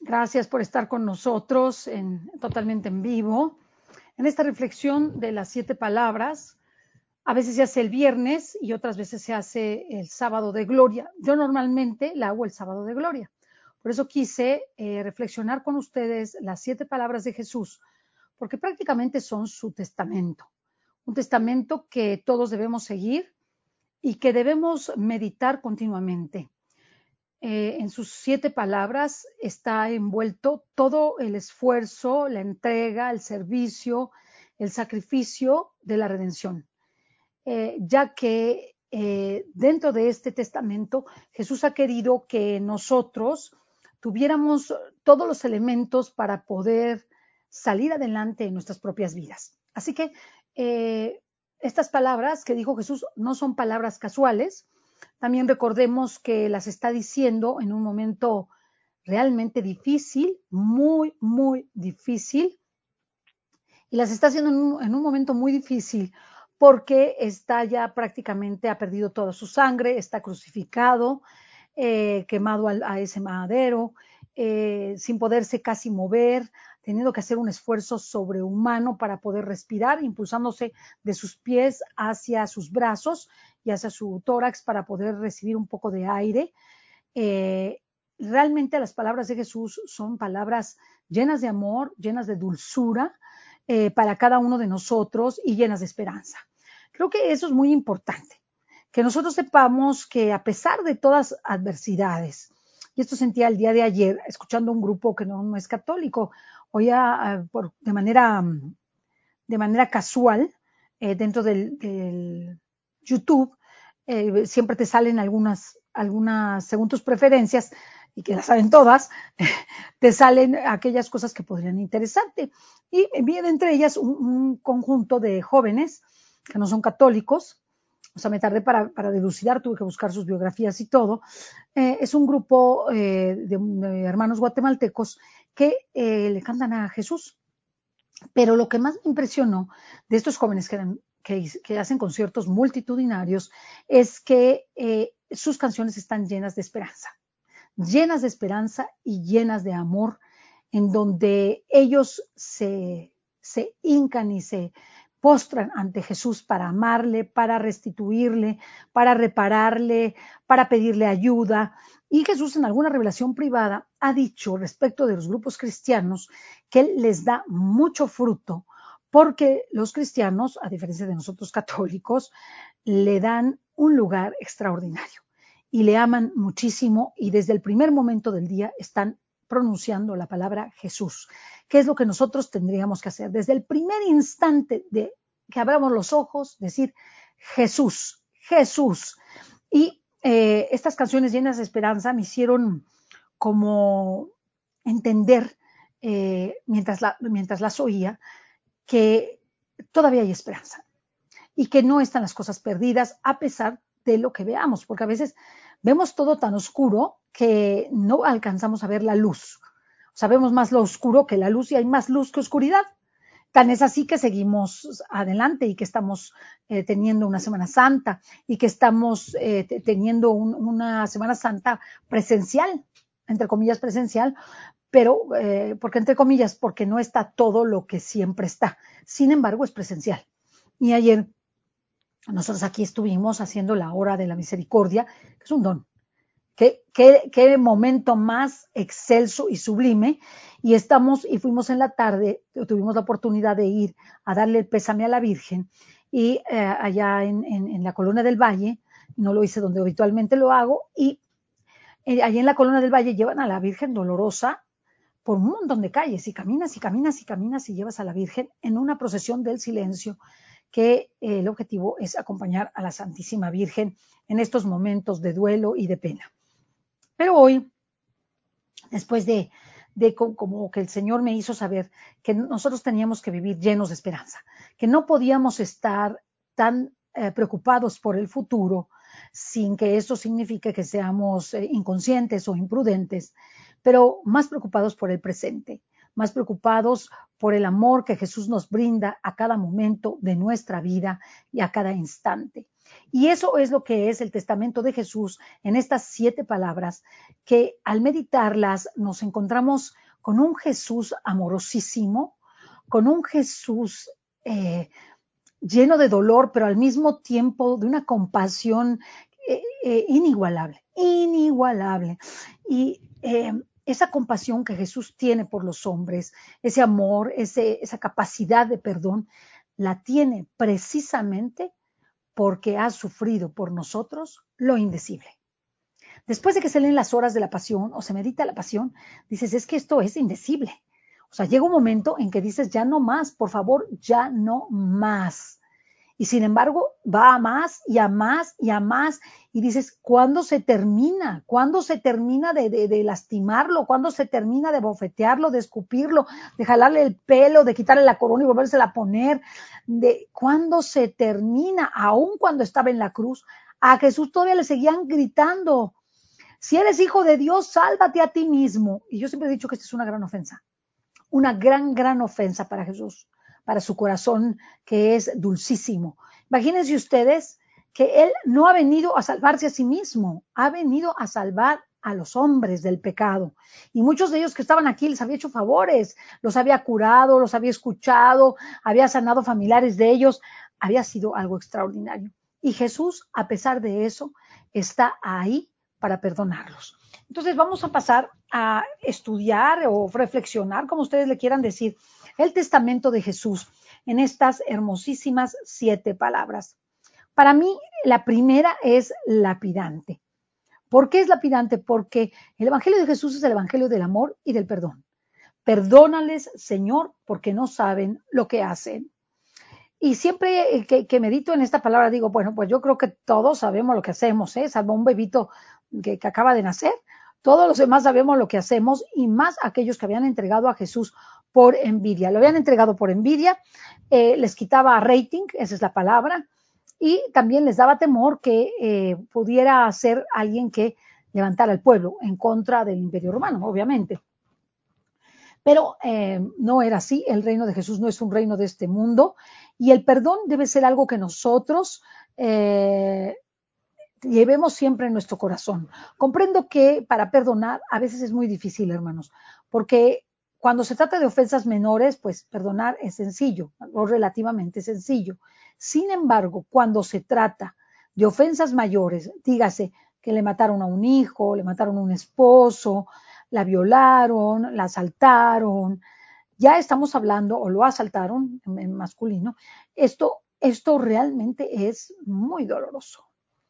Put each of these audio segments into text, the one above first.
Gracias por estar con nosotros totalmente en vivo. En esta reflexión de las 7 palabras, a veces se hace el viernes y otras veces se hace el sábado de gloria. Yo normalmente la hago el sábado de gloria. Por eso quise reflexionar con ustedes las 7 palabras de Jesús, porque prácticamente son su testamento. Un testamento que todos debemos seguir y que debemos meditar continuamente. En sus 7 palabras está envuelto todo el esfuerzo, la entrega, el servicio, el sacrificio de la redención, ya que dentro de este testamento Jesús ha querido que nosotros tuviéramos todos los elementos para poder salir adelante en nuestras propias vidas. Así que estas palabras que dijo Jesús no son palabras casuales. También recordemos que las está diciendo en un momento realmente difícil, muy, muy difícil, y las está haciendo en un momento muy difícil porque está ya prácticamente, ha perdido toda su sangre, está crucificado, quemado a ese madero, sin poderse casi mover, teniendo que hacer un esfuerzo sobrehumano para poder respirar, impulsándose de sus pies hacia sus brazos y hacia su tórax para poder recibir un poco de aire. Realmente las palabras de Jesús son palabras llenas de amor, llenas de dulzura para cada uno de nosotros y llenas de esperanza. Creo que eso es muy importante, que nosotros sepamos que a pesar de todas adversidades, y esto sentía el día de ayer escuchando un grupo que no es católico, oía de manera casual dentro del YouTube, siempre te salen algunas según tus preferencias, y que las saben todas, te salen aquellas cosas que podrían interesarte. Y vi entre ellas un conjunto de jóvenes que no son católicos, o sea, me tardé para dilucidar, tuve que buscar sus biografías y todo. Es un grupo de hermanos guatemaltecos que le cantan a Jesús. Pero lo que más me impresionó de estos jóvenes que hacen conciertos multitudinarios es que sus canciones están llenas de esperanza y llenas de amor, en donde ellos se hincan y se postran ante Jesús para amarle, para restituirle, para repararle, para pedirle ayuda. Y Jesús en alguna revelación privada ha dicho respecto de los grupos cristianos que Él les da mucho fruto, porque los cristianos, a diferencia de nosotros católicos, le dan un lugar extraordinario y le aman muchísimo, y desde el primer momento del día están pronunciando la palabra Jesús. ¿Qué es lo que nosotros tendríamos que hacer? Desde el primer instante de que abramos los ojos, decir Jesús, Jesús. Y estas canciones llenas de esperanza me hicieron como entender, mientras las oía, que todavía hay esperanza y que no están las cosas perdidas a pesar de lo que veamos, porque a veces vemos todo tan oscuro que no alcanzamos a ver la luz. Sabemos más lo oscuro que la luz y hay más luz que oscuridad. Tan es así que seguimos adelante y que estamos teniendo una Semana Santa y que estamos teniendo una Semana Santa presencial, entre comillas presencial, pero porque entre comillas, porque no está todo lo que siempre está. Sin embargo, es presencial. Y ayer nosotros aquí estuvimos haciendo la hora de la misericordia, que es un don. Qué momento más excelso y sublime. Y fuimos en la tarde, tuvimos la oportunidad de ir a darle el pésame a la Virgen, y allá en la Colona del Valle, no lo hice donde habitualmente lo hago, y allí en la Colona del Valle llevan a la Virgen Dolorosa por un montón de calles, y caminas y caminas y caminas y llevas a la Virgen en una procesión del silencio, que el objetivo es acompañar a la Santísima Virgen en estos momentos de duelo y de pena. Pero hoy, después de como que el Señor me hizo saber que nosotros teníamos que vivir llenos de esperanza, que no podíamos estar tan preocupados por el futuro sin que eso signifique que seamos inconscientes o imprudentes, pero más preocupados por el presente, más preocupados por el amor que Jesús nos brinda a cada momento de nuestra vida y a cada instante. Y eso es lo que es el testamento de Jesús en estas 7 palabras, que al meditarlas nos encontramos con un Jesús amorosísimo, con un Jesús lleno de dolor, pero al mismo tiempo de una compasión inigualable, inigualable. Y esa compasión que Jesús tiene por los hombres, ese amor, esa capacidad de perdón, la tiene precisamente porque ha sufrido por nosotros lo indecible. Después de que se leen las horas de la pasión o se medita la pasión, dices, es que esto es indecible. O sea, llega un momento en que dices, ya no más, por favor, ya no más. Y sin embargo, va a más y a más y a más. Y dices, ¿cuándo se termina? ¿Cuándo se termina de lastimarlo? ¿Cuándo se termina de bofetearlo, de escupirlo, de jalarle el pelo, de quitarle la corona y volvérsela a poner? ¿Cuándo se termina? Aún cuando estaba en la cruz, a Jesús todavía le seguían gritando, si eres hijo de Dios, sálvate a ti mismo. Y yo siempre he dicho que esta es una gran ofensa. Una gran, gran ofensa para Jesús, para su corazón que es dulcísimo. Imagínense ustedes que Él no ha venido a salvarse a sí mismo, ha venido a salvar a los hombres del pecado. Y muchos de ellos que estaban aquí les había hecho favores, los había curado, los había escuchado, había sanado familiares de ellos, había sido algo extraordinario. Y Jesús, a pesar de eso, está ahí para perdonarlos. Entonces vamos a pasar a estudiar o reflexionar, como ustedes le quieran decir, el testamento de Jesús en estas hermosísimas 7 palabras. Para mí, la primera es lapidante. ¿Por qué es lapidante? Porque el Evangelio de Jesús es el Evangelio del amor y del perdón. Perdónales, Señor, porque no saben lo que hacen. Y siempre que medito en esta palabra digo, bueno, pues yo creo que todos sabemos lo que hacemos, salvo un bebito que acaba de nacer. Todos los demás sabemos lo que hacemos y más aquellos que habían entregado a Jesús por envidia. Lo habían entregado por envidia, les quitaba rating, esa es la palabra, y también les daba temor que pudiera ser alguien que levantara al pueblo en contra del Imperio Romano, obviamente. Pero no era así, el reino de Jesús no es un reino de este mundo y el perdón debe ser algo que nosotros llevemos siempre en nuestro corazón. Comprendo que para perdonar a veces es muy difícil, hermanos, porque cuando se trata de ofensas menores, pues perdonar es sencillo, o relativamente sencillo. Sin embargo, cuando se trata de ofensas mayores, dígase que le mataron a un hijo, le mataron a un esposo, la violaron, la asaltaron, ya estamos hablando, o lo asaltaron en masculino, esto realmente es muy doloroso.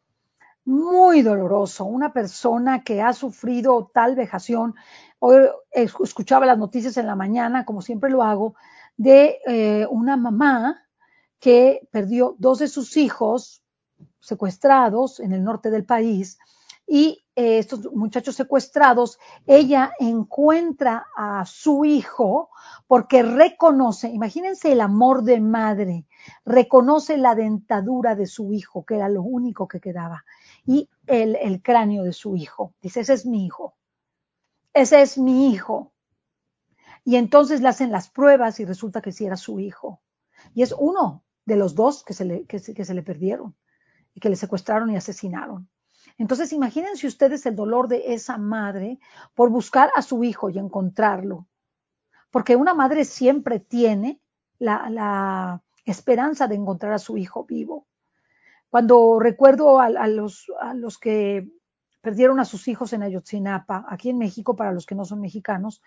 Muy doloroso, una persona que ha sufrido tal vejación. Hoy escuchaba las noticias en la mañana, como siempre lo hago, de una mamá que perdió 2 de sus hijos secuestrados en el norte del país y estos muchachos secuestrados, ella encuentra a su hijo porque reconoce, imagínense el amor de madre, reconoce la dentadura de su hijo, que era lo único que quedaba, y el cráneo de su hijo. Dice, ese es mi hijo, ese es mi hijo. Y entonces le hacen las pruebas y resulta que sí era su hijo. Y es uno de los 2 que se le perdieron y que le secuestraron y asesinaron. Entonces, imagínense ustedes el dolor de esa madre por buscar a su hijo y encontrarlo. Porque una madre siempre tiene la esperanza de encontrar a su hijo vivo. Cuando recuerdo a los que perdieron a sus hijos en Ayotzinapa, aquí en México, para los que no son mexicanos,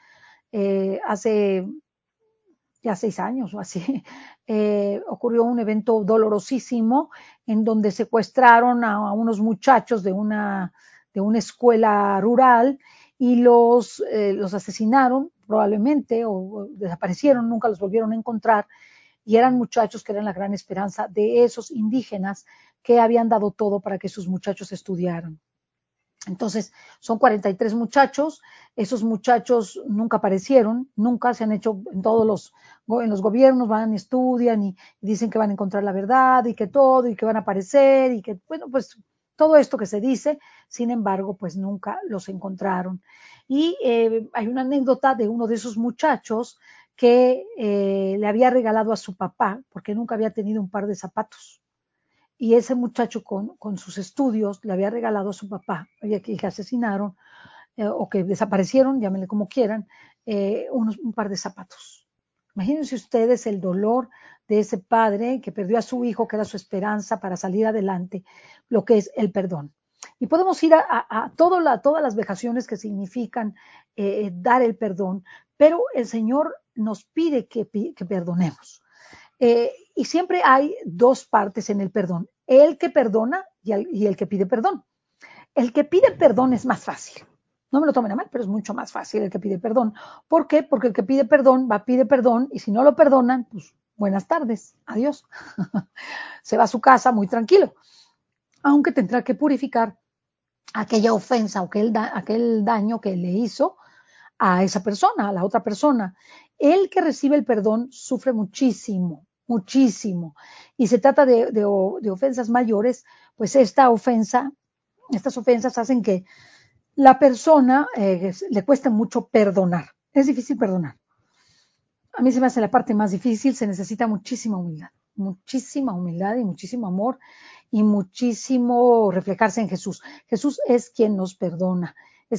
hace ya 6 años o así, ocurrió un evento dolorosísimo en donde secuestraron a unos muchachos de una escuela rural y los asesinaron probablemente o desaparecieron, nunca los volvieron a encontrar y eran muchachos que eran la gran esperanza de esos indígenas que habían dado todo para que sus muchachos estudiaran. Entonces, son 43 muchachos, esos muchachos nunca aparecieron, nunca se han hecho en los gobiernos, van y estudian y dicen que van a encontrar la verdad y que todo, y que van a aparecer y que, bueno, pues todo esto que se dice, sin embargo, pues nunca los encontraron. Y hay una anécdota de uno de esos muchachos que le había regalado a su papá, porque nunca había tenido un par de zapatos y ese muchacho con sus estudios le había regalado a su papá, que asesinaron o que desaparecieron, llámenle como quieran, un par de zapatos. Imagínense ustedes el dolor de ese padre que perdió a su hijo, que era su esperanza para salir adelante, lo que es el perdón. Y podemos ir a todas las vejaciones que significan dar el perdón, pero el Señor nos pide que perdonemos. Y siempre hay dos partes en el perdón, el que perdona y el que pide perdón. El que pide perdón es más fácil. No me lo tomen a mal, pero es mucho más fácil el que pide perdón. ¿Por qué? Porque el que pide perdón pide perdón y si no lo perdonan, pues buenas tardes, adiós. Se va a su casa muy tranquilo, aunque tendrá que purificar aquella ofensa o aquel daño que le hizo a esa persona, a la otra persona. El que recibe el perdón sufre muchísimo, muchísimo. Y se trata de ofensas mayores, pues estas ofensas hacen que la persona le cuesta mucho perdonar. Es difícil perdonar. A mí se me hace la parte más difícil, se necesita muchísima humildad y muchísimo amor y muchísimo reflejarse en Jesús. Jesús es quien nos perdona,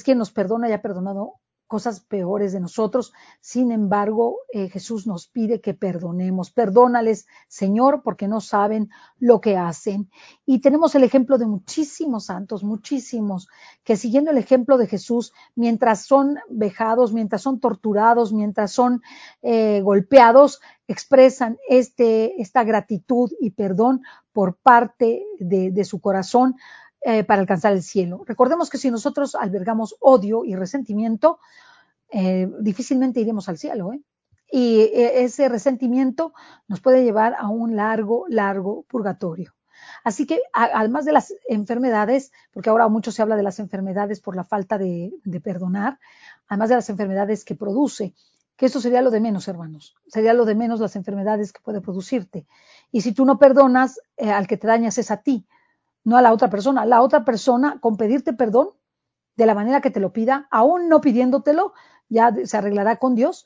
y ha perdonado cosas peores de nosotros. Sin embargo, Jesús nos pide que perdonemos. Perdónales, Señor, porque no saben lo que hacen. Y tenemos el ejemplo de muchísimos santos, muchísimos, que siguiendo el ejemplo de Jesús, mientras son vejados, mientras son torturados, mientras son golpeados, expresan esta gratitud y perdón por parte de su corazón para alcanzar el cielo. Recordemos que si nosotros albergamos odio y resentimiento, difícilmente iremos al cielo, y ese resentimiento nos puede llevar a un largo purgatorio. Así que además de las enfermedades, porque ahora mucho se habla de las enfermedades por la falta de perdonar, además de las enfermedades que produce, que eso sería lo de menos, hermanos, sería lo de menos las enfermedades que puede producirte. Y si tú no perdonas, al que te dañas es a ti, no a la otra persona. La otra persona, con pedirte perdón, de la manera que te lo pida, aún no pidiéndotelo, ya se arreglará con Dios,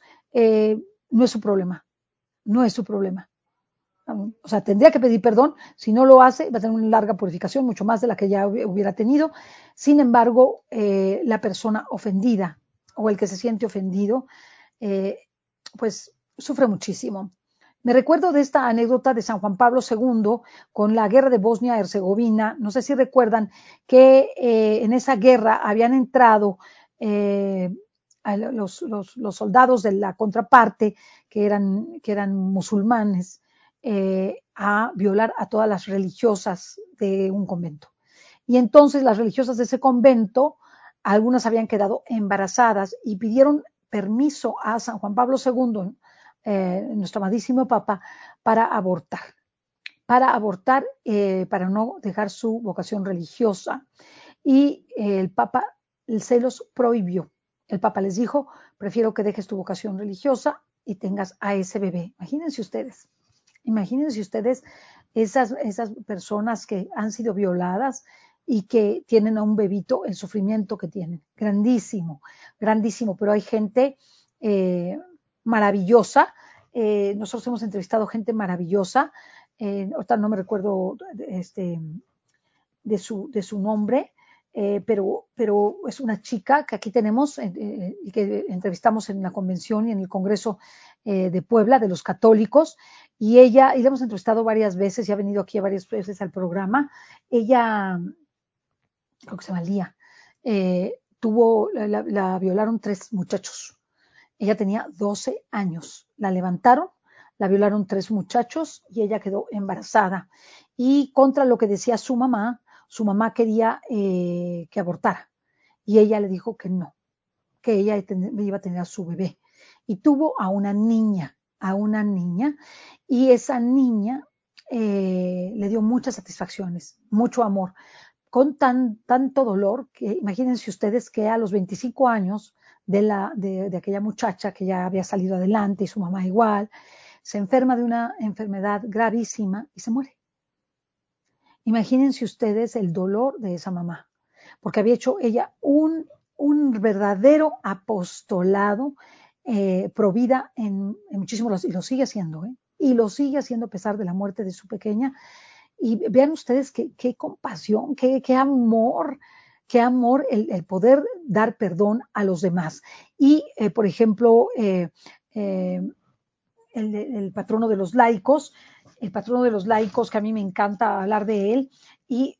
no es su problema, no es su problema. O sea, tendría que pedir perdón, si no lo hace, va a tener una larga purificación, mucho más de la que ya hubiera tenido. Sin embargo, la persona ofendida o el que se siente ofendido, pues sufre muchísimo. Me recuerdo de esta anécdota de San Juan Pablo II con la guerra de Bosnia-Herzegovina. No sé si recuerdan que en esa guerra habían entrado los soldados de la contraparte, que eran musulmanes, a violar a todas las religiosas de un convento. Y entonces las religiosas de ese convento, algunas habían quedado embarazadas y pidieron permiso a San Juan Pablo II, nuestro amadísimo Papa, para abortar, para no dejar su vocación religiosa. Y el Papa se los prohibió. El Papa les dijo, prefiero que dejes tu vocación religiosa y tengas a ese bebé. Imagínense ustedes esas personas que han sido violadas y que tienen a un bebito, el sufrimiento que tienen. Grandísimo, grandísimo. Pero hay gente maravillosa. Nosotros hemos entrevistado gente maravillosa. Ahorita no me recuerdo de su nombre, pero es una chica que aquí tenemos y que entrevistamos en la convención y en el Congreso de Puebla de los católicos, y la hemos entrevistado varias veces y ha venido aquí varias veces al programa. Ella, creo que se llama Lía, la violaron 3 muchachos. Ella tenía 12 años, la levantaron, la violaron 3 muchachos y ella quedó embarazada. Y contra lo que decía su mamá quería que abortara. Y ella le dijo que no, que ella iba a tener a su bebé. Y tuvo a una niña, y esa niña le dio muchas satisfacciones, mucho amor, con tanto dolor que imagínense ustedes que a los 25 años de aquella muchacha que ya había salido adelante y su mamá igual, se enferma de una enfermedad gravísima y se muere. Imagínense ustedes el dolor de esa mamá, porque había hecho ella un verdadero apostolado pro vida en muchísimos, y lo sigue haciendo, y lo sigue haciendo a pesar de la muerte de su pequeña. Y vean ustedes qué compasión, qué amor, el poder dar perdón a los demás. Y, por ejemplo, el patrono de los laicos, que a mí me encanta hablar de él, y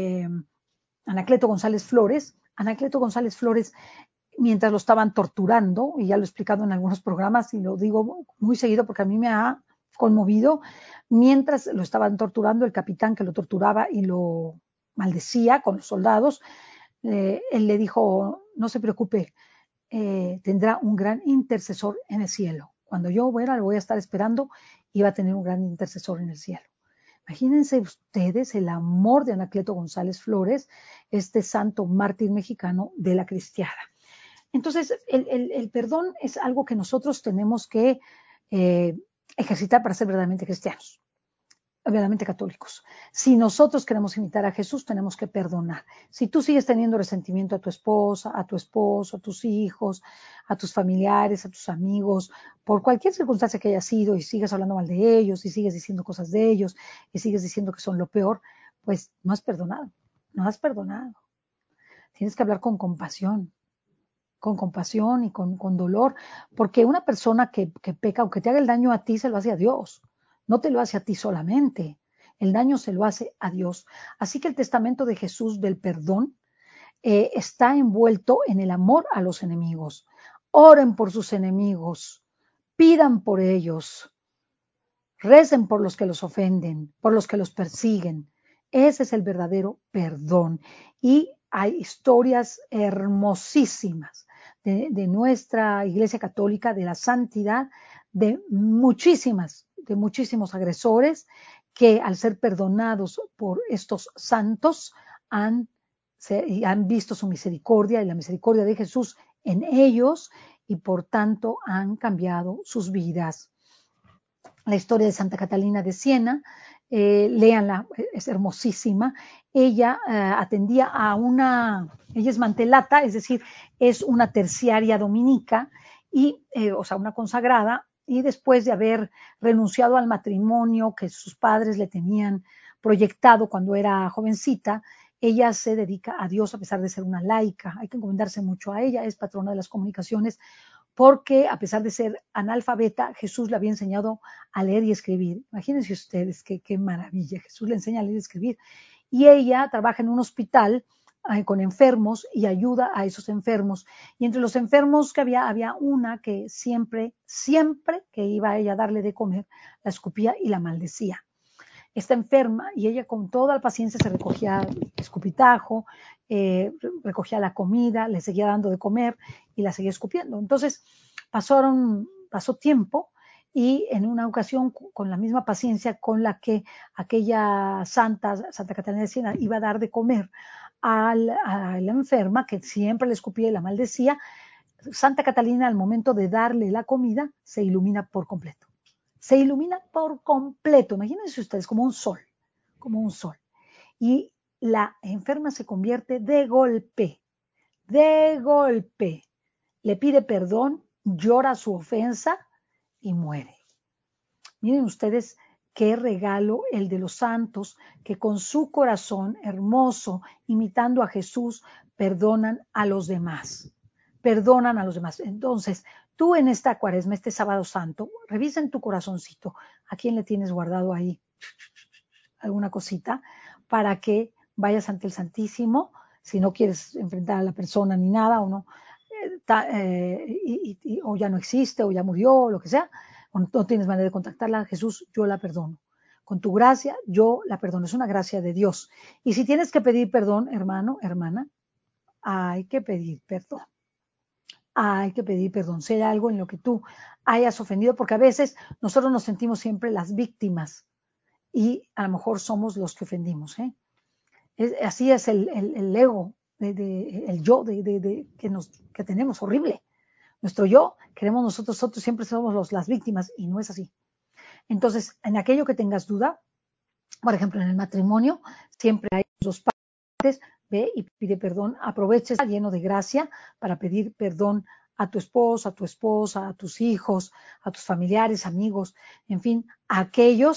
Anacleto González Flores. Anacleto González Flores, mientras lo estaban torturando, y ya lo he explicado en algunos programas y lo digo muy seguido porque a mí me ha conmovido, mientras lo estaban torturando, el capitán que lo torturaba y lo maldecía con los soldados, él le dijo, no se preocupe, tendrá un gran intercesor en el cielo. Cuando yo muera, lo voy a estar esperando y va a tener un gran intercesor en el cielo. Imagínense ustedes el amor de Anacleto González Flores, este santo mártir mexicano de la cristiada. Entonces, el perdón es algo que nosotros tenemos que ejercitar para ser verdaderamente cristianos, verdaderamente católicos. Si nosotros queremos imitar a Jesús, tenemos que perdonar. Si tú sigues teniendo resentimiento a tu esposa, a tu esposo, a tus hijos, a tus familiares, a tus amigos, por cualquier circunstancia que haya sido, y sigues hablando mal de ellos, y sigues diciendo cosas de ellos, y sigues diciendo que son lo peor, pues no has perdonado, no has perdonado. Tienes que hablar con compasión y con dolor, porque una persona que peca, aunque te haga el daño a ti, se lo hace a Dios, no te lo hace a ti solamente, el daño se lo hace a Dios. Así que el testamento de Jesús del perdón está envuelto en el amor a los enemigos. Oren por sus enemigos, pidan por ellos, recen por los que los ofenden, por los que los persiguen. Ese es el verdadero perdón. Y hay historias hermosísimas de nuestra Iglesia Católica, de la santidad, de muchísimos agresores que al ser perdonados por estos santos han visto su misericordia y la misericordia de Jesús en ellos y por tanto han cambiado sus vidas. La historia de Santa Catalina de Siena, léanla, es hermosísima. Ella atendía ella es mantelata, es decir, es una terciaria dominica, y, o sea, una consagrada, y después de haber renunciado al matrimonio que sus padres le tenían proyectado cuando era jovencita, ella se dedica a Dios a pesar de ser una laica. Hay que encomendarse mucho a ella, es patrona de las comunicaciones, porque a pesar de ser analfabeta, Jesús le había enseñado a leer y escribir. Imagínense ustedes qué maravilla, Jesús le enseña a leer y escribir. Y ella trabaja en un hospital con enfermos y ayuda a esos enfermos. Y entre los enfermos que había una que siempre que iba a ella a darle de comer, la escupía y la maldecía. Está enferma y ella con toda la paciencia se recogía el escupitajo, recogía la comida, le seguía dando de comer y la seguía escupiendo. Entonces pasó tiempo, y en una ocasión, con la misma paciencia con la que aquella Santa Catalina de Siena iba a dar de comer a la enferma, que siempre le escupía y la maldecía, Santa Catalina, al momento de darle la comida, se ilumina por completo. Se ilumina por completo. Imagínense ustedes, como un sol, como un sol. Y la enferma se convierte de golpe. Le pide perdón, llora su ofensa y muere. Miren ustedes qué regalo el de los santos, que con su corazón hermoso, imitando a Jesús, perdonan a los demás. Perdonan a los demás. Entonces, tú en esta Cuaresma, este Sábado Santo, revisa en tu corazoncito a quién le tienes guardado ahí alguna cosita, para que vayas ante el Santísimo, si no quieres enfrentar a la persona ni nada, o no, o ya no existe, o ya murió, o lo que sea, o no tienes manera de contactarla. Jesús, yo la perdono. Con tu gracia, yo la perdono. Es una gracia de Dios. Y si tienes que pedir perdón, hermano, hermana, hay que pedir perdón. Hay que pedir perdón. Si hay algo en lo que tú hayas ofendido, porque a veces nosotros nos sentimos siempre las víctimas y a lo mejor somos los que ofendimos. Así es el ego, el yo que tenemos, horrible. Nuestro yo, queremos nosotros siempre somos las víctimas, y no es así. Entonces, en aquello que tengas duda, por ejemplo, en el matrimonio, siempre hay dos partes, ve y pide perdón, aprovecha, lleno de gracia, para pedir perdón a tu esposo, a tu esposa, a tus hijos, a tus familiares, amigos, en fin, a aquellos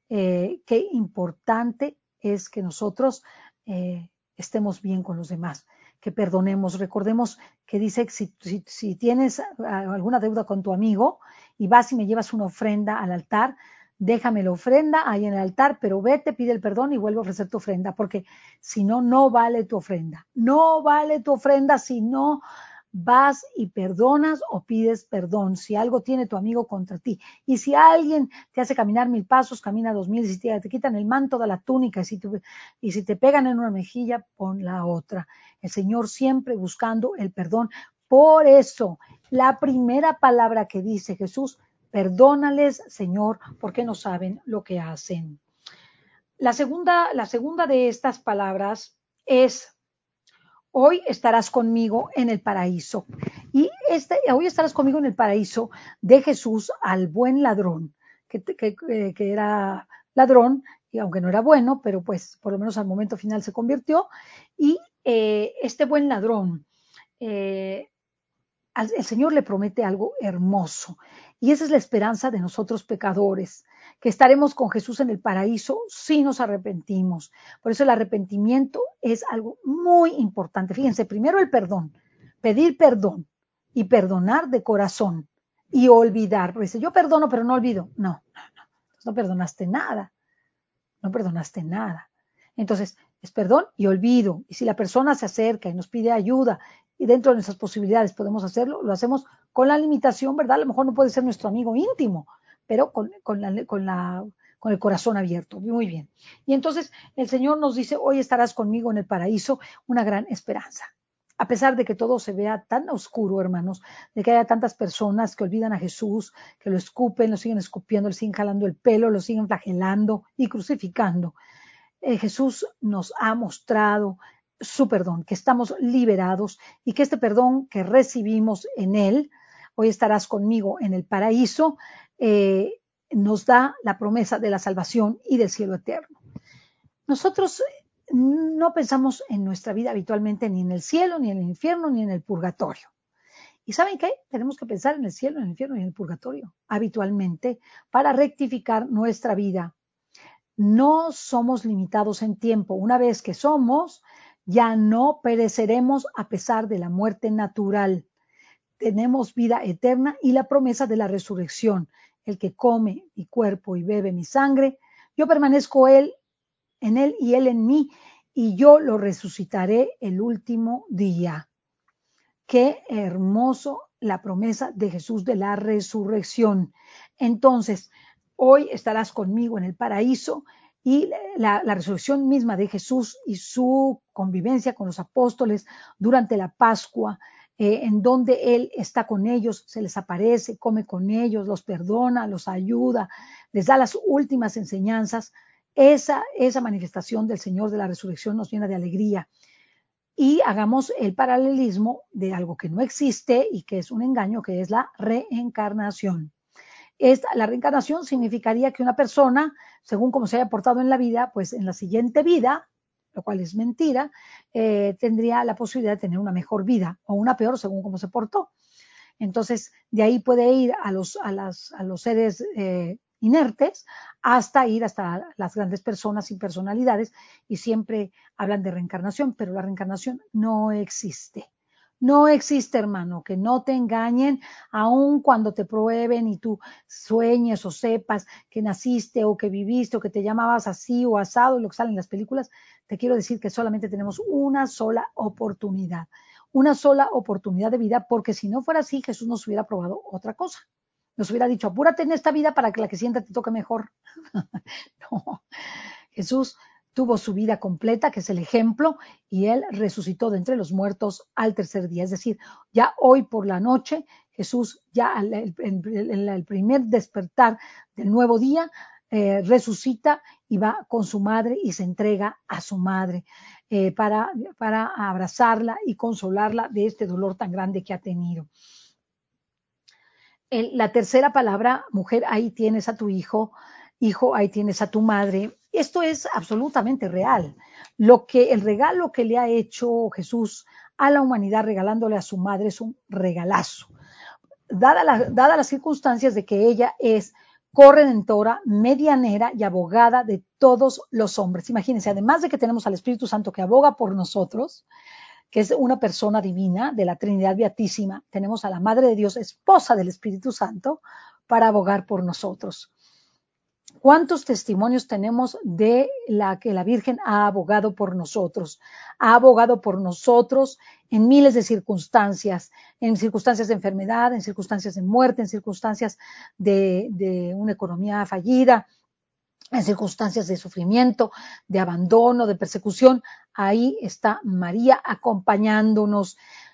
qué importante es que nosotros estemos bien con los demás, que perdonemos. Recordemos que dice que si tienes alguna deuda con tu amigo y vas y me llevas una ofrenda al altar, déjame la ofrenda ahí en el altar, pero vete, pide el perdón y vuelve a ofrecer tu ofrenda, porque si no, no vale tu ofrenda. No vale tu ofrenda si no vas y perdonas o pides perdón. Si algo tiene tu amigo contra ti, y si alguien te hace caminar 1000 pasos, camina 2000, y si te quitan el manto, da la túnica, y si te pegan en una mejilla, pon la otra. El Señor siempre buscando el perdón. Por eso, la primera palabra que dice Jesús: perdónales, Señor, porque no saben lo que hacen. La segunda de estas palabras es: hoy estarás conmigo en el paraíso. Y hoy estarás conmigo en el paraíso de Jesús al buen ladrón, que era ladrón, y aunque no era bueno, pero pues por lo menos al momento final se convirtió. Y este buen ladrón, eh, el Señor le promete algo hermoso. Y esa es la esperanza de nosotros pecadores, que estaremos con Jesús en el paraíso si nos arrepentimos. Por eso el arrepentimiento es algo muy importante. Fíjense, primero el perdón, pedir perdón y perdonar de corazón y olvidar. Porque dice, yo perdono pero no olvido. No, no perdonaste nada, no perdonaste nada. Entonces, es perdón y olvido. Y si la persona se acerca y nos pide ayuda y dentro de nuestras posibilidades podemos hacerlo, lo hacemos con la limitación, ¿verdad? A lo mejor no puede ser nuestro amigo íntimo, pero con el corazón abierto. Muy bien. Y entonces el Señor nos dice: hoy estarás conmigo en el paraíso, una gran esperanza. A pesar de que todo se vea tan oscuro, hermanos, de que haya tantas personas que olvidan a Jesús, que lo escupen, lo siguen escupiendo, le siguen jalando el pelo, lo siguen flagelando y crucificando, Jesús nos ha mostrado su perdón, que estamos liberados y que este perdón que recibimos en Él: hoy estarás conmigo en el paraíso, nos da la promesa de la salvación y del cielo eterno. Nosotros no pensamos en nuestra vida habitualmente ni en el cielo, ni en el infierno, ni en el purgatorio. ¿Y saben qué? Tenemos que pensar en el cielo, en el infierno y en el purgatorio habitualmente para rectificar nuestra vida. No somos limitados en tiempo. Una vez que somos, ya no pereceremos a pesar de la muerte natural. Tenemos vida eterna y la promesa de la resurrección. El que come mi cuerpo y bebe mi sangre, yo permanezco en él y él en mí, y yo lo resucitaré el último día. Qué hermoso la promesa de Jesús de la resurrección. Entonces, hoy estarás conmigo en el paraíso, y la resurrección misma de Jesús y su convivencia con los apóstoles durante la Pascua, en donde Él está con ellos, se les aparece, come con ellos, los perdona, los ayuda, les da las últimas enseñanzas. Esa manifestación del Señor de la resurrección nos llena de alegría. Y hagamos el paralelismo de algo que no existe y que es un engaño, que es la reencarnación. La reencarnación significaría que una persona, según como se haya portado en la vida, pues en la siguiente vida, lo cual es mentira, tendría la posibilidad de tener una mejor vida o una peor según cómo se portó. Entonces, de ahí puede ir a los seres inertes hasta ir hasta las grandes personas y personalidades, y siempre hablan de reencarnación, pero la reencarnación no existe. No existe, hermano, que no te engañen, aun cuando te prueben y tú sueñes o sepas que naciste o que viviste o que te llamabas así o asado, lo que sale en las películas. Te quiero decir que solamente tenemos una sola oportunidad de vida, porque si no fuera así, Jesús nos hubiera probado otra cosa. Nos hubiera dicho: apúrate en esta vida para que la que sienta te toque mejor. No, Jesús tuvo su vida completa, que es el ejemplo, y Él resucitó de entre los muertos al tercer día. Es decir, ya hoy por la noche, Jesús, ya en el primer despertar del nuevo día, resucita y va con su madre y se entrega a su madre, para abrazarla y consolarla de este dolor tan grande que ha tenido. La tercera palabra: mujer, ahí tienes a tu hijo, hijo, ahí tienes a tu madre. Esto es absolutamente real. El regalo que le ha hecho Jesús a la humanidad regalándole a su madre es un regalazo. Dadas las circunstancias de que ella es corredentora, medianera y abogada de todos los hombres. Imagínense, además de que tenemos al Espíritu Santo que aboga por nosotros, que es una persona divina de la Trinidad Beatísima, tenemos a la Madre de Dios, esposa del Espíritu Santo, para abogar por nosotros. ¿Cuántos testimonios tenemos de que la Virgen ha abogado por nosotros? Ha abogado por nosotros en miles de circunstancias, en circunstancias de enfermedad, en circunstancias de muerte, en circunstancias de una economía fallida, en circunstancias de sufrimiento, de abandono, de persecución. Ahí está María acompañándonos.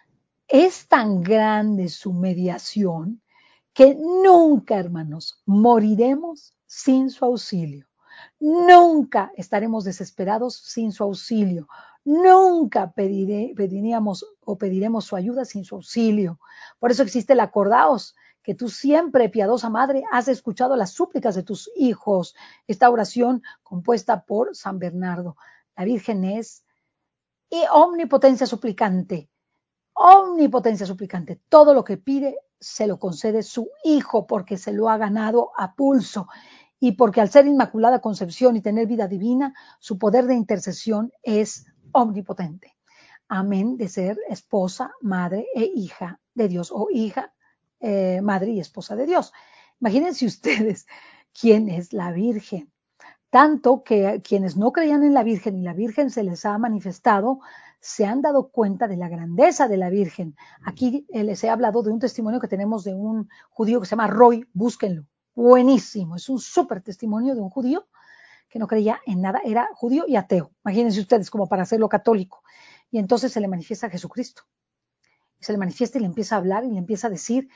Es tan grande su mediación que nunca, hermanos, moriremos sin su auxilio. Nunca estaremos desesperados sin su auxilio. Nunca pediríamos o pediremos su ayuda sin su auxilio. Por eso existe el acordaos, que tú siempre, piadosa madre, has escuchado las súplicas de tus hijos. Esta oración compuesta por San Bernardo. La Virgen es omnipotencia suplicante. Omnipotencia suplicante. Todo lo que pide se lo concede su hijo porque se lo ha ganado a pulso y porque al ser Inmaculada Concepción y tener vida divina, su poder de intercesión es omnipotente. Amén de ser esposa, madre e hija de Dios o hija, madre y esposa de Dios. Imagínense ustedes quién es la Virgen. Tanto que quienes no creían en la Virgen y la Virgen se les ha manifestado, se han dado cuenta de la grandeza de la Virgen. Aquí les he hablado de un testimonio que tenemos de un judío que se llama Roy, búsquenlo, buenísimo, es un súper testimonio de un judío que no creía en nada, era judío y ateo, imagínense ustedes, como para hacerlo católico. Y entonces se le manifiesta a Jesucristo, se le manifiesta y le empieza a hablar y le empieza a decir,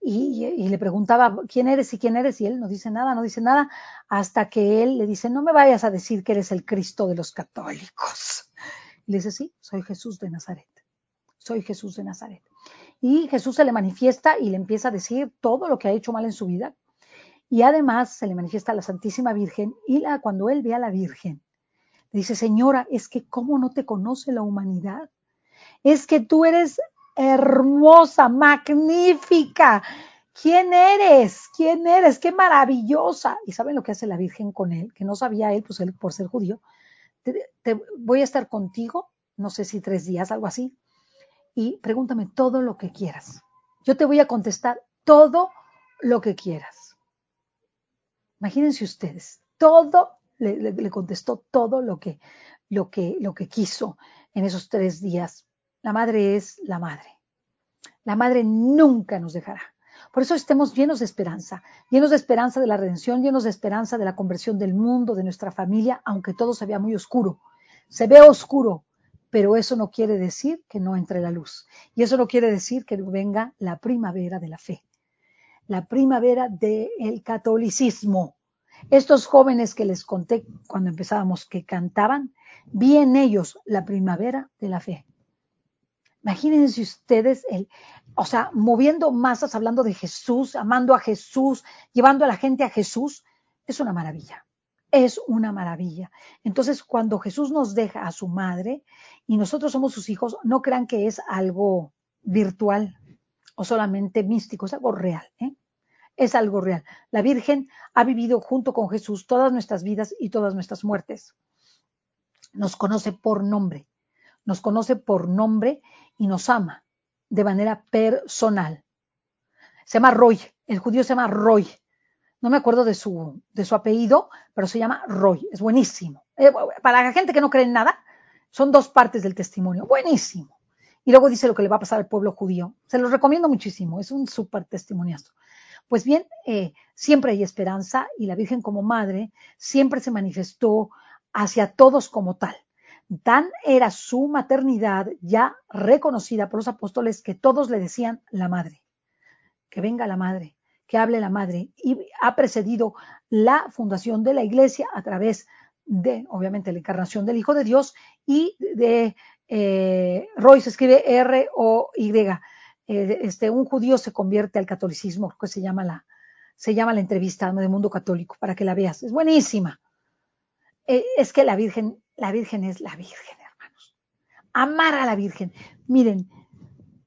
y le preguntaba, ¿quién eres? Y él no dice nada, hasta que él le dice, no me vayas a decir que eres el Cristo de los católicos. Y le dice, sí, soy Jesús de Nazaret, soy Jesús de Nazaret. Y Jesús se le manifiesta y le empieza a decir todo lo que ha hecho mal en su vida. Y además se le manifiesta a la Santísima Virgen y cuando él ve a la Virgen, le dice, Señora, es que ¿cómo no te conoce la humanidad? Es que tú eres hermosa, magnífica. ¿Quién eres? ¿Quién eres? ¡Qué maravillosa! ¿Y saben lo que hace la Virgen con él? Que no sabía él, pues él por ser judío. Voy a estar contigo, no sé si 3 días, algo así, y pregúntame todo lo que quieras. Yo te voy a contestar todo lo que quieras. Imagínense ustedes, le contestó todo lo que quiso en esos 3 días. La madre es la madre. La madre nunca nos dejará. Por eso estemos llenos de esperanza de la redención, llenos de esperanza de la conversión del mundo, de nuestra familia, aunque todo se vea muy oscuro. Se ve oscuro, pero eso no quiere decir que no entre la luz. Y eso no quiere decir que venga la primavera de la fe, la primavera del catolicismo. Estos jóvenes que les conté cuando empezábamos que cantaban, vi en ellos la primavera de la fe. Imagínense ustedes, moviendo masas, hablando de Jesús, amando a Jesús, llevando a la gente a Jesús, es una maravilla, es una maravilla. Entonces, cuando Jesús nos deja a su madre y nosotros somos sus hijos, no crean que es algo virtual o solamente místico, es algo real, ¿eh? Es algo real. La Virgen ha vivido junto con Jesús todas nuestras vidas y todas nuestras muertes. Nos conoce por nombre y nos ama de manera personal. Se llama Roy, el judío se llama Roy. No me acuerdo de su apellido, pero se llama Roy, es buenísimo. Para la gente que no cree en nada, son 2 partes del testimonio, buenísimo. Y luego dice lo que le va a pasar al pueblo judío. Se los recomiendo muchísimo, es un súper testimoniazo. Pues bien, siempre hay esperanza y la Virgen como madre siempre se manifestó hacia todos como tal. Tan era su maternidad ya reconocida por los apóstoles que todos le decían la madre, que venga la madre, que hable la madre. Y ha precedido la fundación de la iglesia a través de, obviamente, la encarnación del Hijo de Dios y de Roy, se escribe R-O-Y. Un judío se convierte al catolicismo, que se llama la entrevista de Mundo Católico, para que la veas. Es buenísima. Es que la Virgen es la Virgen, hermanos. Amar a la Virgen. Miren,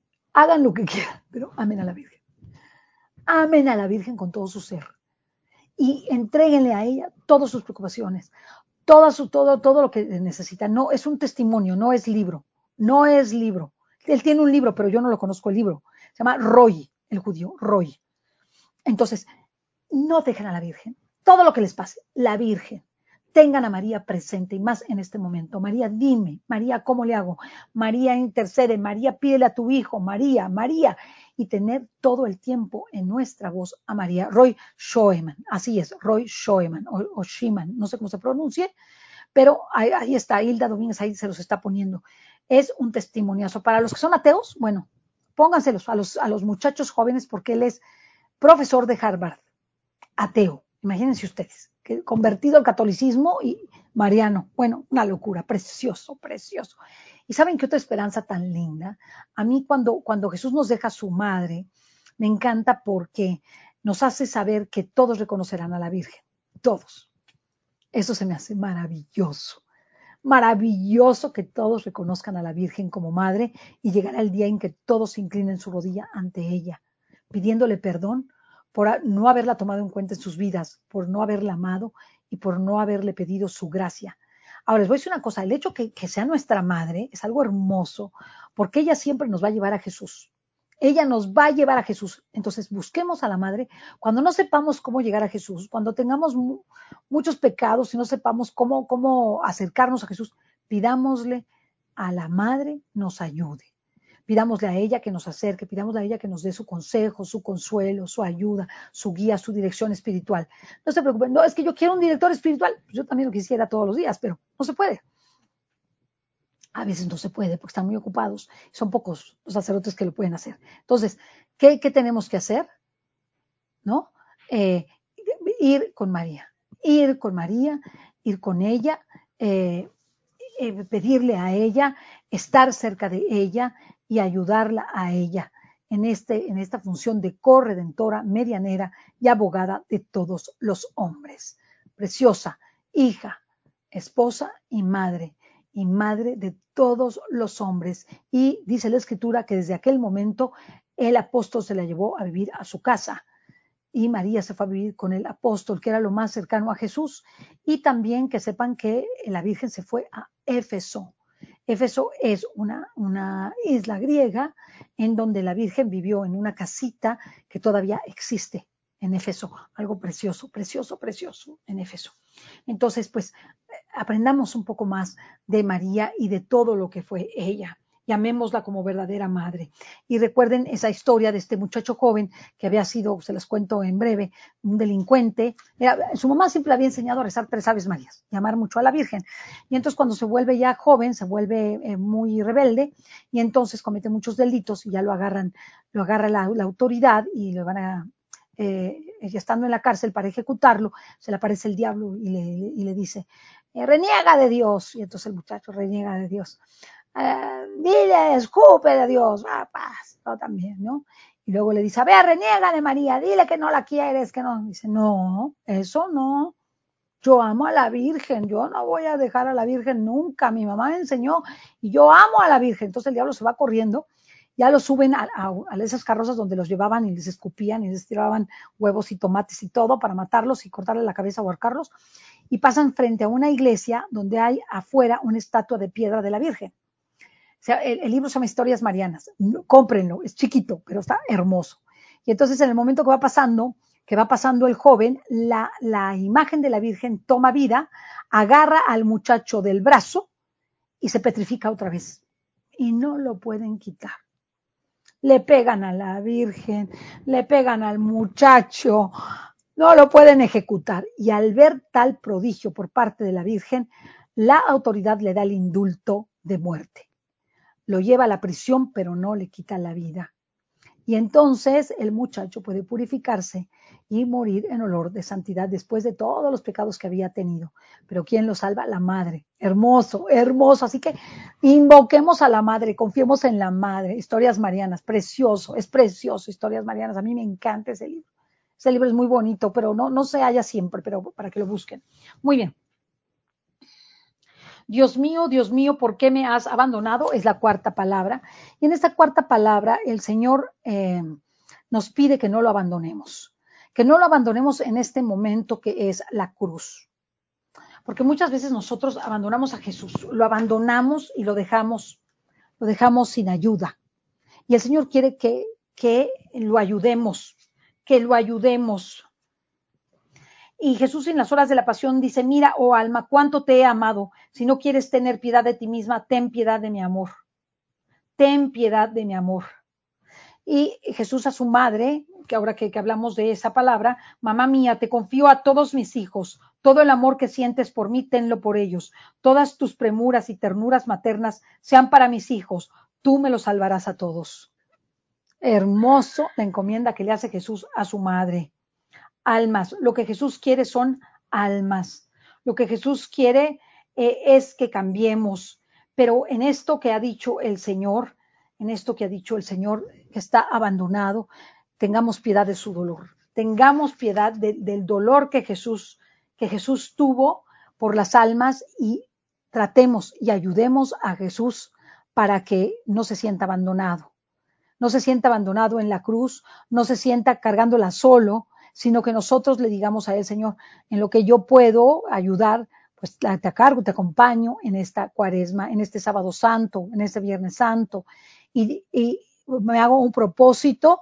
hagan lo que quieran, pero amen a la Virgen. Amen a la Virgen con todo su ser. y entréguenle a ella todas sus preocupaciones, todo lo que necesita. No es un testimonio, no es libro, no es libro. Él tiene un libro, pero yo no lo conozco el libro. Se llama Roy, el judío, Roy. Entonces, no dejen a la Virgen. Todo lo que les pase, la Virgen. Tengan a María presente y más en este momento. María, dime, María, ¿cómo le hago? María, intercede, María, pídele a tu hijo, María, María. Y tener todo el tiempo en nuestra voz a María. Roy Schoeman, así es, Roy Schoeman o Schumann, no sé cómo se pronuncie, pero ahí está, Hilda Domínguez ahí se los está poniendo. Es un testimoniazo. Para los que son ateos, bueno, pónganselos a los muchachos jóvenes porque él es profesor de Harvard, ateo, imagínense ustedes, que convertido al catolicismo y mariano. Bueno, una locura, precioso, precioso. Y saben qué otra esperanza tan linda. A mí cuando Jesús nos deja a su madre, me encanta porque nos hace saber que todos reconocerán a la Virgen, todos. Eso se me hace maravilloso. Maravilloso que todos reconozcan a la Virgen como madre y llegará el día en que todos se inclinen su rodilla ante ella, pidiéndole perdón por no haberla tomado en cuenta en sus vidas, por no haberla amado y por no haberle pedido su gracia. Ahora les voy a decir una cosa, el hecho que sea nuestra madre es algo hermoso porque ella siempre nos va a llevar a Jesús. Ella nos va a llevar a Jesús. Entonces busquemos a la madre cuando no sepamos cómo llegar a Jesús, cuando tengamos muchos pecados y no sepamos cómo acercarnos a Jesús, pidámosle a la madre nos ayude. Pidámosle a ella que nos acerque, pidámosle a ella que nos dé su consejo, su consuelo, su ayuda, su guía, su dirección espiritual. No se preocupen, no, es que yo quiero un director espiritual. Yo también lo quisiera todos los días, pero no se puede. A veces no se puede porque están muy ocupados. Son pocos los sacerdotes que lo pueden hacer. Entonces, ¿qué tenemos que hacer? ¿No? Ir con María, ir con María, ir con ella, pedirle a ella, estar cerca de ella y ayudarla a ella en esta función de corredentora, medianera y abogada de todos los hombres. Preciosa, hija, esposa y madre de todos los hombres. Y dice la Escritura que desde aquel momento el apóstol se la llevó a vivir a su casa y María se fue a vivir con el apóstol, que era lo más cercano a Jesús, y también que sepan que la Virgen se fue a Éfeso. Éfeso es una isla griega en donde la Virgen vivió en una casita que todavía existe en Éfeso, algo precioso, precioso, precioso en Éfeso. Entonces, pues, aprendamos un poco más de María y de todo lo que fue ella. Llamémosla como verdadera madre. Y recuerden esa historia de este muchacho joven que había sido, se las cuento en breve, un delincuente. Su mamá siempre le había enseñado a rezar 3 Aves Marías, llamar mucho a la Virgen. Y entonces cuando se vuelve ya joven, se vuelve muy rebelde y entonces comete muchos delitos y ya lo agarra la autoridad y lo van a ya estando en la cárcel para ejecutarlo, se le aparece el diablo y le dice, reniega de Dios. Y entonces el muchacho reniega de Dios. Dile, escupe de Dios, paz, no, también, ¿no? Y luego le dice, a ver, reniega de María, dile que no la quieres, que no. Dice, no, eso no. Yo amo a la Virgen, yo no voy a dejar a la Virgen nunca. Mi mamá me enseñó y yo amo a la Virgen. Entonces el diablo se va corriendo, ya lo suben a esas carrozas donde los llevaban y les escupían y les tiraban huevos y tomates y todo para matarlos y cortarle la cabeza o ahorcarlos. Y pasan frente a una iglesia donde hay afuera una estatua de piedra de la Virgen. O sea, el libro se llama Historias Marianas. Cómprenlo, es chiquito, pero está hermoso. Y entonces en el momento que va pasando el joven, la imagen de la Virgen toma vida, agarra al muchacho del brazo y se petrifica otra vez. Y no lo pueden quitar. Le pegan a la Virgen, le pegan al muchacho, no lo pueden ejecutar. Y al ver tal prodigio por parte de la Virgen, la autoridad le da el indulto de muerte. Lo lleva a la prisión, pero no le quita la vida. Y entonces el muchacho puede purificarse y morir en olor de santidad después de todos los pecados que había tenido. Pero ¿quién lo salva? La madre. Hermoso, hermoso. Así que invoquemos a la madre, confiemos en la madre. Historias Marianas, precioso, es precioso, Historias Marianas. A mí me encanta ese libro. Ese libro es muy bonito, pero no se halla siempre, pero para que lo busquen. Muy bien. Dios mío, ¿por qué me has abandonado? Es la cuarta palabra. Y en esta cuarta palabra el Señor nos pide que no lo abandonemos, que no lo abandonemos en este momento que es la cruz. Porque muchas veces nosotros abandonamos a Jesús, lo abandonamos y lo dejamos sin ayuda. Y el Señor quiere que lo ayudemos, que lo ayudemos. Y Jesús en las horas de la pasión dice, mira, oh alma, cuánto te he amado. Si no quieres tener piedad de ti misma, ten piedad de mi amor. Ten piedad de mi amor. Y Jesús a su madre, que ahora que hablamos de esa palabra, mamá mía, te confío a todos mis hijos. Todo el amor que sientes por mí, tenlo por ellos. Todas tus premuras y ternuras maternas sean para mis hijos. Tú me los salvarás a todos. Hermoso la encomienda que le hace Jesús a su madre. Almas, lo que Jesús quiere son almas. Lo que Jesús quiere es que cambiemos. Pero en esto que ha dicho el Señor, que está abandonado, tengamos piedad de su dolor. Tengamos piedad del dolor que Jesús tuvo por las almas y tratemos y ayudemos a Jesús para que no se sienta abandonado. No se sienta abandonado en la cruz, no se sienta cargándola solo, sino que nosotros le digamos a él, Señor, en lo que yo puedo ayudar, pues te cargo, te acompaño en esta cuaresma, en este sábado santo, en este viernes santo, y me hago un propósito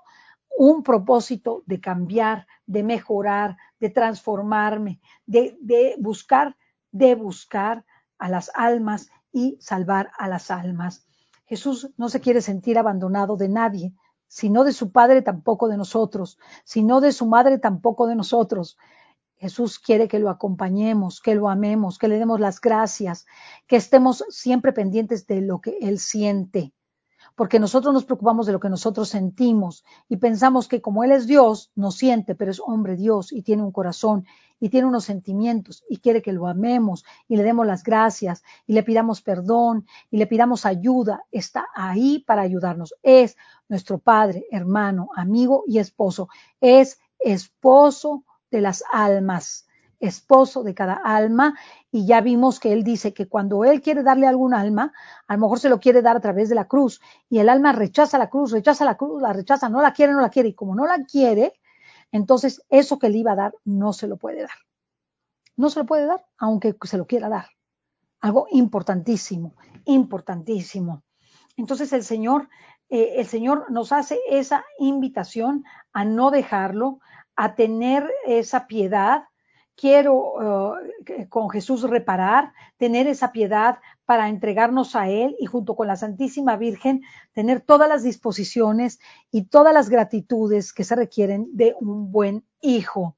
de cambiar, de mejorar, de transformarme, de buscar a las almas y salvar a las almas. Jesús no se quiere sentir abandonado de nadie, sino de su Padre tampoco de nosotros, sino de su Madre tampoco de nosotros. Jesús quiere que lo acompañemos, que lo amemos, que le demos las gracias, que estemos siempre pendientes de lo que Él siente, porque nosotros nos preocupamos de lo que nosotros sentimos y pensamos que como Él es Dios, nos siente, pero es hombre Dios y tiene un corazón y tiene unos sentimientos y quiere que lo amemos y le demos las gracias y le pidamos perdón y le pidamos ayuda. Está ahí para ayudarnos. Es nuestro Padre, hermano, amigo y esposo. Es esposo de las almas, esposo de cada alma, y ya vimos que él dice que cuando él quiere darle a algún alma, a lo mejor se lo quiere dar a través de la cruz, y el alma rechaza la cruz, la rechaza, no la quiere, y como no la quiere, entonces eso que le iba a dar no se lo puede dar. No se lo puede dar, aunque se lo quiera dar. Algo importantísimo, importantísimo. Entonces el Señor nos hace esa invitación a no dejarlo, a tener esa piedad. Quiero con Jesús reparar, tener esa piedad para entregarnos a Él y junto con la Santísima Virgen tener todas las disposiciones y todas las gratitudes que se requieren de un buen hijo.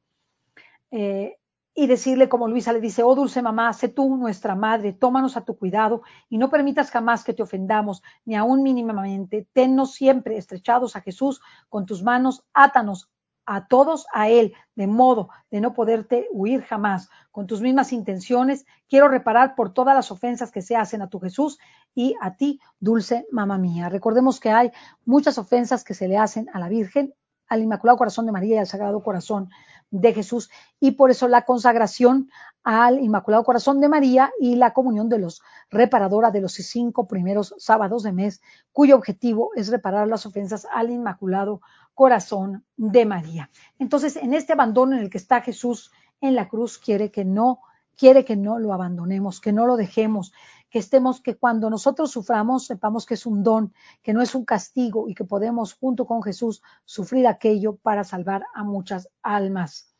Y decirle como Luisa le dice, oh dulce mamá, sé tú nuestra madre, tómanos a tu cuidado y no permitas jamás que te ofendamos, ni aun mínimamente. Tennos siempre estrechados a Jesús con tus manos, átanos a todos a Él, de modo de no poderte huir jamás. Con tus mismas intenciones, quiero reparar por todas las ofensas que se hacen a tu Jesús y a ti, dulce mamá mía. Recordemos que hay muchas ofensas que se le hacen a la Virgen, al Inmaculado Corazón de María y al Sagrado Corazón de Jesús, y por eso la consagración al Inmaculado Corazón de María y la comunión de los reparadora de los 5 primeros sábados de mes, cuyo objetivo es reparar las ofensas al Inmaculado Corazón de María. Entonces, en este abandono en el que está Jesús en la cruz, quiere que no lo abandonemos, que no lo dejemos, que cuando nosotros suframos sepamos que es un don, que no es un castigo y que podemos junto con Jesús sufrir aquello para salvar a muchas almas.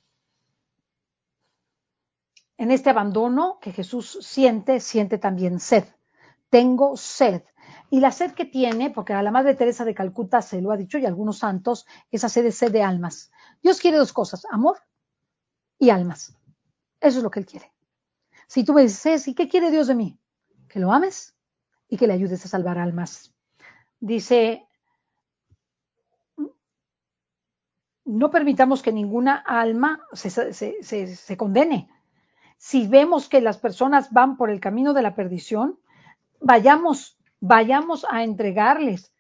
En este abandono que Jesús siente también sed. Tengo sed. Y la sed que tiene, porque a la Madre Teresa de Calcuta se lo ha dicho y a algunos santos, esa sed es sed de almas. Dios quiere 2 cosas, amor y almas. Eso es lo que Él quiere. Si tú me dices, ¿y qué quiere Dios de mí? Que lo ames y que le ayudes a salvar almas. Dice, no permitamos que ninguna alma se condene. Si vemos que las personas van por el camino de la perdición, vayamos a entregarles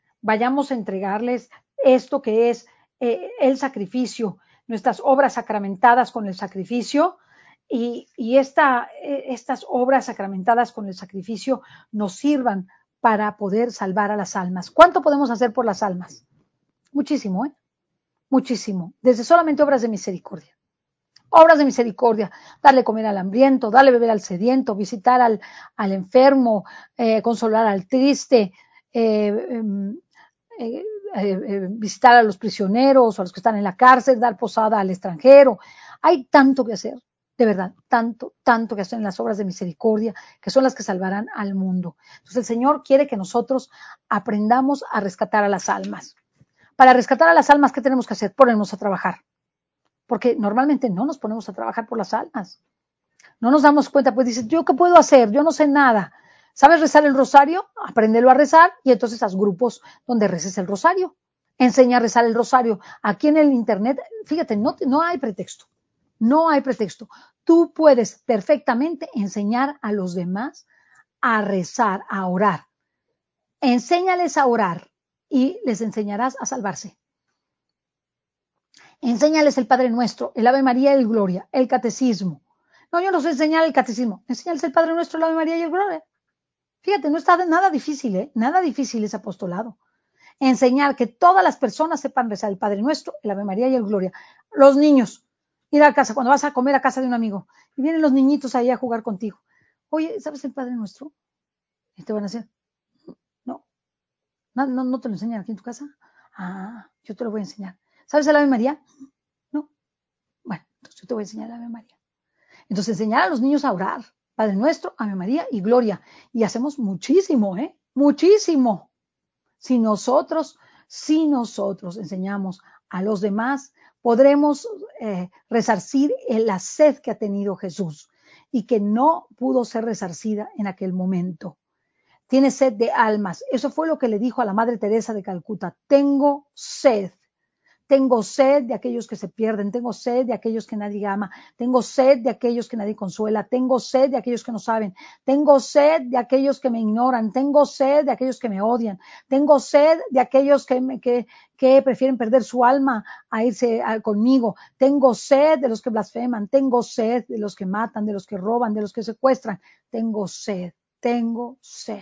esto que es el sacrificio, nuestras obras sacramentadas con el sacrificio, y estas obras sacramentadas con el sacrificio nos sirvan para poder salvar a las almas. ¿Cuánto podemos hacer por las almas? Muchísimo, ¿eh? muchísimo, desde solamente obras de misericordia. Obras de misericordia, darle comer al hambriento, darle beber al sediento, visitar al enfermo, consolar al triste, eh, visitar a los prisioneros o a los que están en la cárcel, dar posada al extranjero. Hay tanto que hacer, de verdad, tanto que hacer en las obras de misericordia, que son las que salvarán al mundo. Entonces el Señor quiere que nosotros aprendamos a rescatar a las almas. Para rescatar a las almas, ¿qué tenemos que hacer? Ponernos a trabajar. Porque normalmente no nos ponemos a trabajar por las almas. No nos damos cuenta, pues dices, ¿yo qué puedo hacer? Yo no sé nada. ¿Sabes rezar el rosario? Apréndelo a rezar y entonces haz grupos donde reces el rosario. Enseña a rezar el rosario. Aquí en el internet, fíjate, no hay pretexto. No hay pretexto. Tú puedes perfectamente enseñar a los demás a rezar, a orar. Enséñales a orar y les enseñarás a salvarse. Enséñales el Padre Nuestro, el Ave María y el Gloria, el Catecismo. No, yo no sé enseñar el Catecismo. Enséñales el Padre Nuestro, el Ave María y el Gloria. Fíjate, no está nada difícil, ¿eh? Nada difícil ese apostolado. Enseñar que todas las personas sepan rezar el Padre Nuestro, el Ave María y el Gloria. Los niños, ir a casa, cuando vas a comer a casa de un amigo, y vienen los niñitos ahí a jugar contigo. Oye, ¿sabes el Padre Nuestro? Y te van a decir, no, no te lo enseñan aquí en tu casa. Ah, yo te lo voy a enseñar. ¿Sabes el Ave María? No. Bueno, entonces yo te voy a enseñar el Ave María. Entonces, enseñar a los niños a orar, Padre Nuestro, Ave María y Gloria. Y hacemos muchísimo, ¿eh? Muchísimo. Si nosotros enseñamos a los demás, podremos resarcir la sed que ha tenido Jesús y que no pudo ser resarcida en aquel momento. Tiene sed de almas. Eso fue lo que le dijo a la Madre Teresa de Calcuta. Tengo sed. Tengo sed de aquellos que se pierden, tengo sed de aquellos que nadie ama, tengo sed de aquellos que nadie consuela, tengo sed de aquellos que no saben, tengo sed de aquellos que me ignoran, tengo sed de aquellos que me odian, tengo sed de aquellos que prefieren perder su alma a irse conmigo, tengo sed de los que blasfeman, tengo sed de los que matan, de los que roban, de los que secuestran, tengo sed, tengo sed.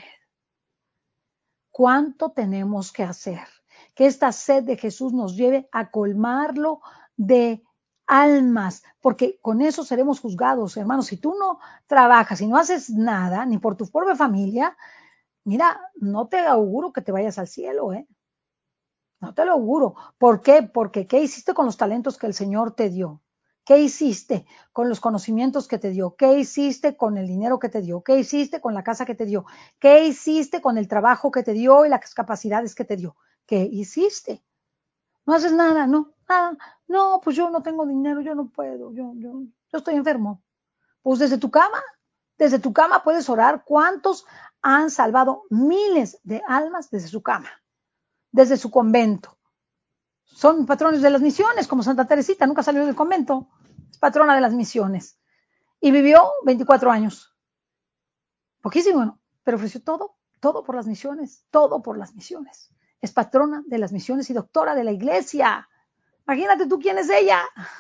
¿Cuánto tenemos que hacer? Que esta sed de Jesús nos lleve a colmarlo de almas, porque con eso seremos juzgados, hermanos. Si tú no trabajas y no haces nada, ni por tu propia familia, mira, no te auguro que te vayas al cielo, ¿eh? No te lo auguro. ¿Por qué? Porque ¿qué hiciste con los talentos que el Señor te dio? ¿Qué hiciste con los conocimientos que te dio? ¿Qué hiciste con el dinero que te dio? ¿Qué hiciste con la casa que te dio? ¿Qué hiciste con el trabajo que te dio y las capacidades que te dio? ¿Qué hiciste? No haces nada, no, nada. No, pues yo no tengo dinero, yo no puedo, yo estoy enfermo. Pues desde tu cama puedes orar. ¿Cuántos han salvado miles de almas desde su cama, desde su convento? Son patrones de las misiones, como Santa Teresita, nunca salió del convento, es patrona de las misiones. Y vivió 24 años. Poquísimo, ¿no? Pero ofreció todo por las misiones, todo por las misiones. Es patrona de las misiones y doctora de la iglesia. Imagínate tú quién es ella.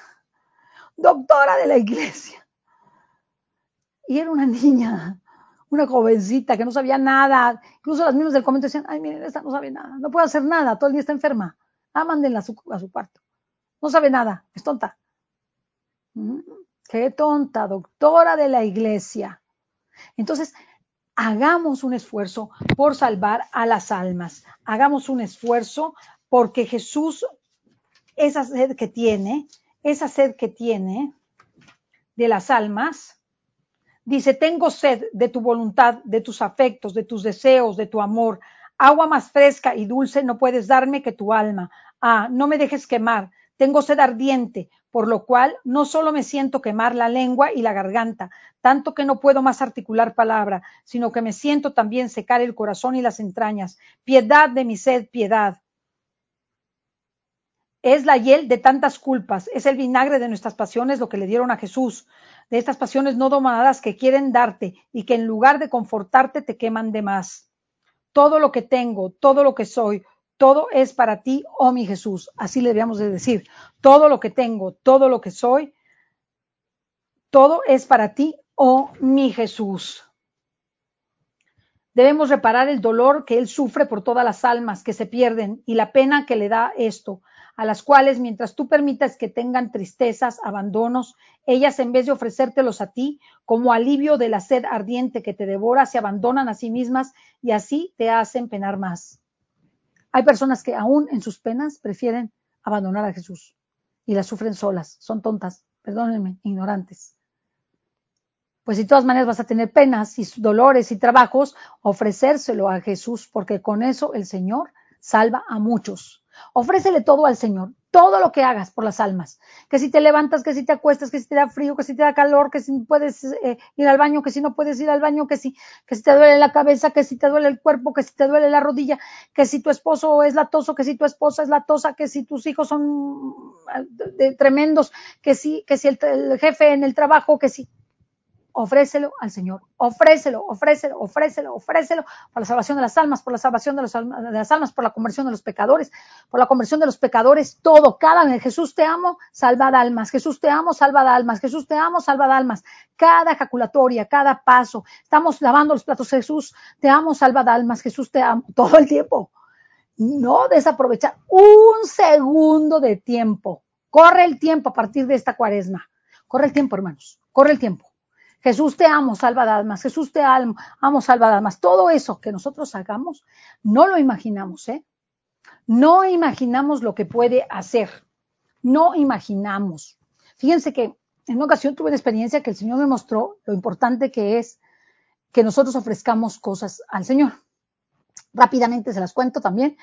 Doctora de la iglesia. Y era una niña, una jovencita que no sabía nada. Incluso las mismas del convento decían, ay, miren, esta no sabe nada, no puede hacer nada, todo el día está enferma. Ah, mándenla a su cuarto. No sabe nada, es tonta. Qué tonta, doctora de la iglesia. Entonces, hagamos un esfuerzo por salvar a las almas. Hagamos un esfuerzo porque Jesús, esa sed que tiene de las almas, dice, tengo sed de tu voluntad, de tus afectos, de tus deseos, de tu amor. Agua más fresca y dulce no puedes darme que tu alma. Ah, no me dejes quemar. Tengo sed ardiente, por lo cual no solo me siento quemar la lengua y la garganta, tanto que no puedo más articular palabra, sino que me siento también secar el corazón y las entrañas. Piedad de mi sed, piedad. Es la hiel de tantas culpas, es el vinagre de nuestras pasiones lo que le dieron a Jesús, de estas pasiones no domadas que quieren darte y que en lugar de confortarte te queman de más. Todo lo que tengo, todo lo que soy, todo es para ti, oh mi Jesús. Así le debíamos de decir, todo lo que tengo, todo lo que soy, todo es para ti, oh mi Jesús. Debemos reparar el dolor que Él sufre por todas las almas que se pierden y la pena que le da esto. a las cuales mientras tú permitas que tengan tristezas, abandonos, ellas en vez de ofrecértelos a ti como alivio de la sed ardiente que te devora, se abandonan a sí mismas y así te hacen penar más. Hay personas que aún en sus penas prefieren abandonar a Jesús y las sufren solas, son tontas, perdónenme, ignorantes. Pues de todas maneras vas a tener penas y dolores y trabajos, ofrecérselo a Jesús, porque con eso el Señor salva a muchos. Ofrécele todo al Señor, todo lo que hagas por las almas, que si te levantas, que si te acuestas, que si te da frío, que si te da calor, que si puedes ir al baño, que si no puedes ir al baño, que si te duele la cabeza, que si te duele el cuerpo, que si te duele la rodilla, que si tu esposo es latoso, que si tu esposa es latosa, que si tus hijos son tremendos, que si el jefe en el trabajo, que si ofrécelo al Señor, ofrécelo, ofrécelo, ofrécelo, ofrécelo por la salvación de las almas, por la salvación de las almas, por la conversión de los pecadores, por la conversión de los pecadores, todo, cada vez, Jesús te amo, salvad almas, Jesús te amo, salvad almas, Jesús te amo, salvad almas, cada ejaculatoria, cada paso, estamos lavando los platos, Jesús te amo, salvad almas, Jesús te amo, todo el tiempo, no desaprovechar un segundo de tiempo, corre el tiempo a partir de esta cuaresma, corre el tiempo, hermanos, corre el tiempo. Jesús te amo, salva almas. Jesús te amo, salva almas. Todo eso que nosotros hagamos, no lo imaginamos, ¿eh? No imaginamos lo que puede hacer. No imaginamos. Fíjense que en una ocasión tuve una experiencia que el Señor me mostró lo importante que es que nosotros ofrezcamos cosas al Señor. Rápidamente se las cuento también.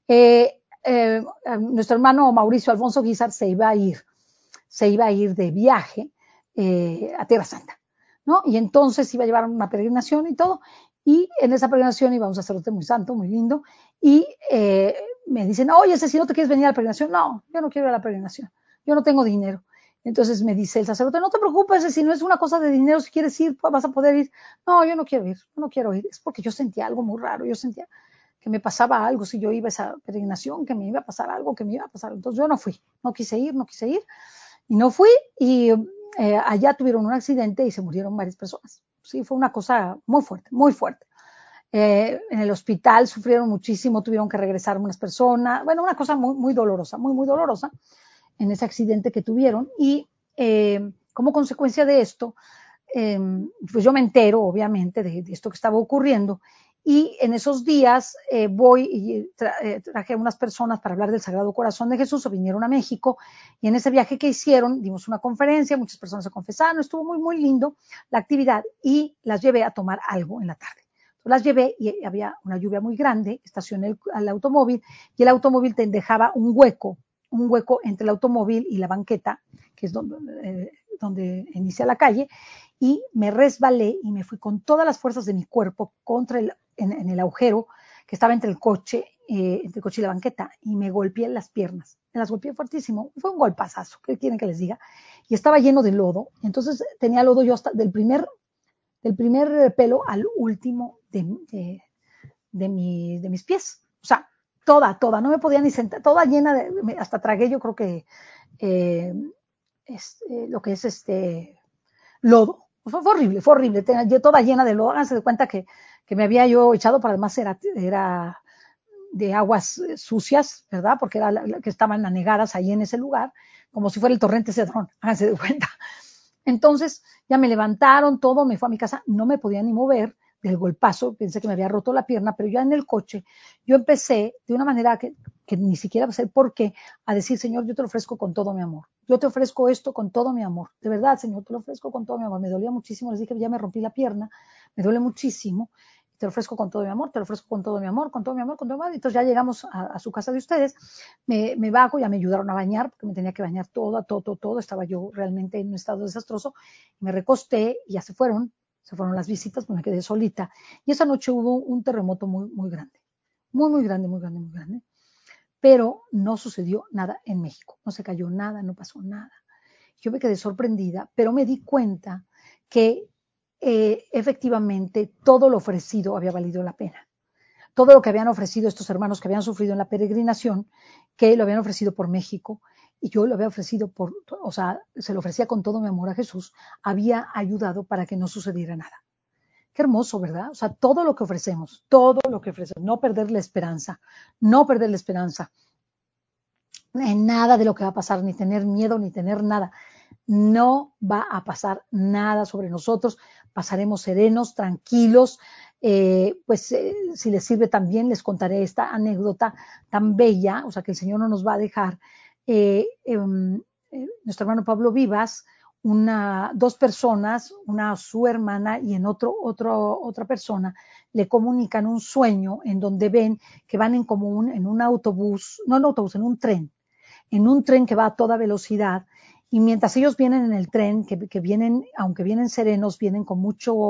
Nuestro hermano Mauricio Alfonso Guizar se iba a ir de viaje a Tierra Santa, ¿no? Y entonces iba a llevar una peregrinación y todo, y en esa peregrinación iba un sacerdote muy santo, muy lindo, y me dicen, oye, si no te quieres venir a la peregrinación, no, yo no quiero ir a la peregrinación, yo no tengo dinero. Entonces me dice el sacerdote, no te preocupes, si no es una cosa de dinero, si quieres ir, vas a poder ir. No, yo no quiero ir, yo no quiero ir, es porque yo sentía algo muy raro, yo sentía que me pasaba algo si yo iba a esa peregrinación, que me iba a pasar algo, que me iba a pasar. Entonces yo no fui, no quise ir, y no fui, y allá tuvieron un accidente y se murieron varias personas. Sí, fue una cosa muy fuerte, muy fuerte. En el hospital sufrieron muchísimo, tuvieron que regresar unas personas, bueno, una cosa muy, muy dolorosa, muy, muy dolorosa en ese accidente que tuvieron, y como consecuencia de esto, pues yo me entero, obviamente, de esto que estaba ocurriendo, y en esos días voy y traje a unas personas para hablar del Sagrado Corazón de Jesús, o vinieron a México, y en ese viaje que hicieron dimos una conferencia, muchas personas se confesaron, estuvo muy, muy lindo la actividad, y las llevé a tomar algo en la tarde. Las llevé y había una lluvia muy grande, estacioné el automóvil, y el automóvil te dejaba un hueco entre el automóvil y la banqueta, que es donde inicia la calle, y me resbalé y me fui con todas las fuerzas de mi cuerpo en el agujero que estaba entre el coche y la banqueta, y me golpeé en las piernas. Me las golpeé fuertísimo. Fue un golpazazo, ¿qué quieren que les diga? Y estaba lleno de lodo. Entonces tenía lodo yo hasta del primer pelo al último de mis pies. O sea, toda, no me podía ni sentar, toda llena hasta tragué yo creo que lo que es lodo. Fue horrible, yo toda llena de lodo. Háganse de cuenta que me había yo echado, pero además era de aguas sucias, ¿verdad? Porque era que estaban anegadas ahí en ese lugar, como si fuera el torrente Cedrón, háganse de cuenta. Entonces ya me levantaron todo, me fue a mi casa, no me podía ni mover del golpazo, pensé que me había roto la pierna, pero ya en el coche yo empecé de una manera que ni siquiera sé por qué, a decir, Señor, yo te lo ofrezco con todo mi amor, yo te ofrezco esto con todo mi amor, de verdad, Señor, te lo ofrezco con todo mi amor. Me dolía muchísimo, les dije que ya me rompí la pierna, me duele muchísimo, te lo ofrezco con todo mi amor, te lo ofrezco con todo mi amor, con todo mi amor, con todo mi amor. Entonces ya llegamos a su casa de ustedes, me bajo, ya me ayudaron a bañar, porque me tenía que bañar todo, estaba yo realmente en un estado desastroso, me recosté y ya se fueron las visitas, pues me quedé solita. Y esa noche hubo un terremoto muy, muy grande, muy grande, pero no sucedió nada en México, no se cayó nada, no pasó nada. Yo me quedé sorprendida, pero me di cuenta que efectivamente todo lo ofrecido había valido la pena. Todo lo que habían ofrecido estos hermanos que habían sufrido en la peregrinación, que lo habían ofrecido por México, y yo lo había ofrecido se lo ofrecía con todo mi amor a Jesús, había ayudado para que no sucediera nada. Qué hermoso, ¿verdad? O sea, todo lo que ofrecemos, no perder la esperanza, no perder la esperanza. en nada de lo que va a pasar, ni tener miedo, ni tener nada. No va a pasar nada sobre nosotros, pasaremos serenos, tranquilos. Si les sirve también, les contaré esta anécdota tan bella, o sea que el Señor no nos va a dejar. Nuestro hermano Pablo Vivas, dos personas, una su hermana y en otra persona, le comunican un sueño en donde ven que van en común en un autobús, no en un autobús, en un tren que va a toda velocidad, y mientras ellos vienen en el tren, que vienen, aunque vienen serenos, vienen con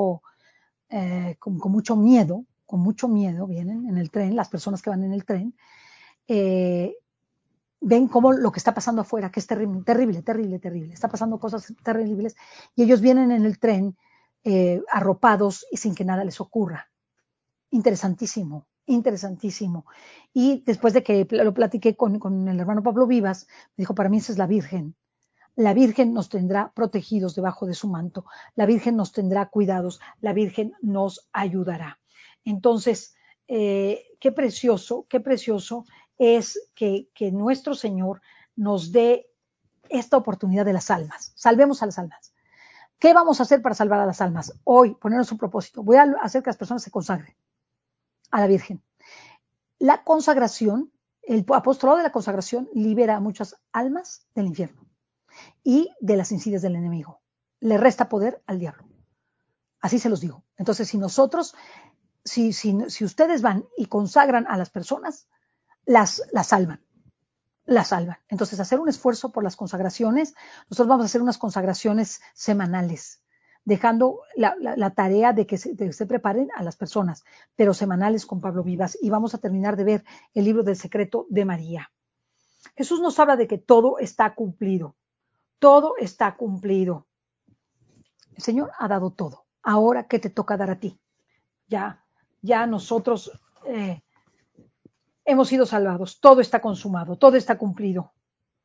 con mucho miedo vienen en el tren, las personas que van en el tren, eh, ven cómo lo que está pasando afuera, que es terrible, terrible, terrible, terrible, está pasando cosas terribles, y ellos vienen en el tren arropados y sin que nada les ocurra. Interesantísimo, interesantísimo. Y después de que lo platiqué con el hermano Pablo Vivas, me dijo, para mí esa es la Virgen. La Virgen nos tendrá protegidos debajo de su manto, la Virgen nos tendrá cuidados, la Virgen nos ayudará. Entonces, qué precioso es que nuestro Señor nos dé esta oportunidad de las almas. Salvemos a las almas. ¿Qué vamos a hacer para salvar a las almas? Hoy, ponernos un propósito. Voy a hacer que las personas se consagren a la Virgen. La consagración, el apostolado de la consagración libera a muchas almas del infierno y de las insidias del enemigo. Le resta poder al diablo. Así se los digo. Entonces, si nosotros, si ustedes van y consagran a las personas, las salvan. Las salvan. Entonces, hacer un esfuerzo por las consagraciones. Nosotros vamos a hacer unas consagraciones semanales, dejando la tarea de que se preparen a las personas, pero semanales con Pablo Vivas. Y vamos a terminar de ver el libro del secreto de María. Jesús nos habla de que todo está cumplido. Todo está cumplido. El Señor ha dado todo. Ahora, ¿qué te toca dar a ti? Ya nosotros hemos sido salvados. Todo está consumado, todo está cumplido.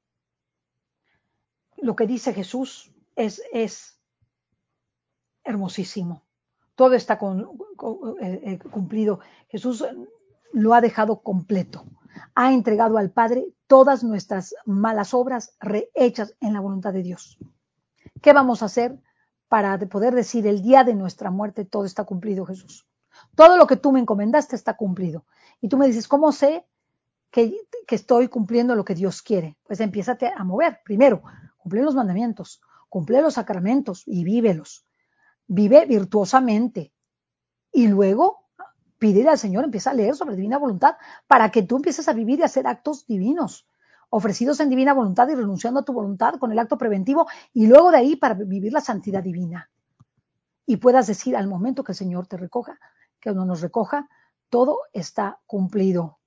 Lo que dice Jesús es hermosísimo. Todo está cumplido. Jesús lo ha dejado completo. Ha entregado al Padre todas nuestras malas obras rehechas en la voluntad de Dios. ¿Qué vamos a hacer para poder decir el día de nuestra muerte todo está cumplido, Jesús? Todo lo que tú me encomendaste está cumplido. Y tú me dices, ¿cómo sé que estoy cumpliendo lo que Dios quiere? Pues empiézate a mover. Primero, cumple los mandamientos, cumple los sacramentos y vívelos. Vive virtuosamente. Y luego pídele al Señor, empieza a leer sobre divina voluntad para que tú empieces a vivir y a hacer actos divinos, ofrecidos en divina voluntad y renunciando a tu voluntad con el acto preventivo, y luego de ahí para vivir la santidad divina. Y puedas decir al momento que el Señor te recoja, que uno nos recoja, todo está cumplido.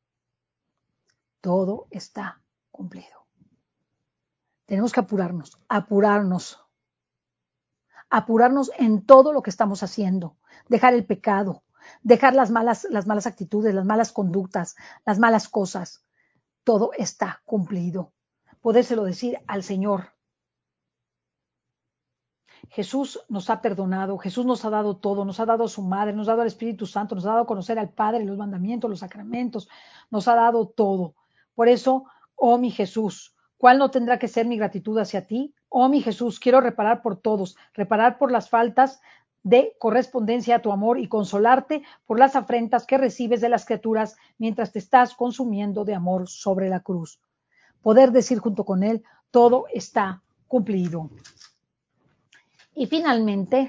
Todo está cumplido. Tenemos que apurarnos en todo lo que estamos haciendo, dejar el pecado, dejar las malas actitudes, las malas conductas, las malas cosas. Todo está cumplido. Podérselo decir al Señor. Jesús nos ha perdonado, Jesús nos ha dado todo, nos ha dado a su madre, nos ha dado al Espíritu Santo, nos ha dado a conocer al Padre, los mandamientos, los sacramentos, nos ha dado todo. Por eso, oh mi Jesús, ¿cuál no tendrá que ser mi gratitud hacia ti? Oh mi Jesús, quiero reparar por todos, reparar por las faltas de correspondencia a tu amor y consolarte por las afrentas que recibes de las criaturas mientras te estás consumiendo de amor sobre la cruz. Poder decir junto con él, todo está cumplido. Y finalmente,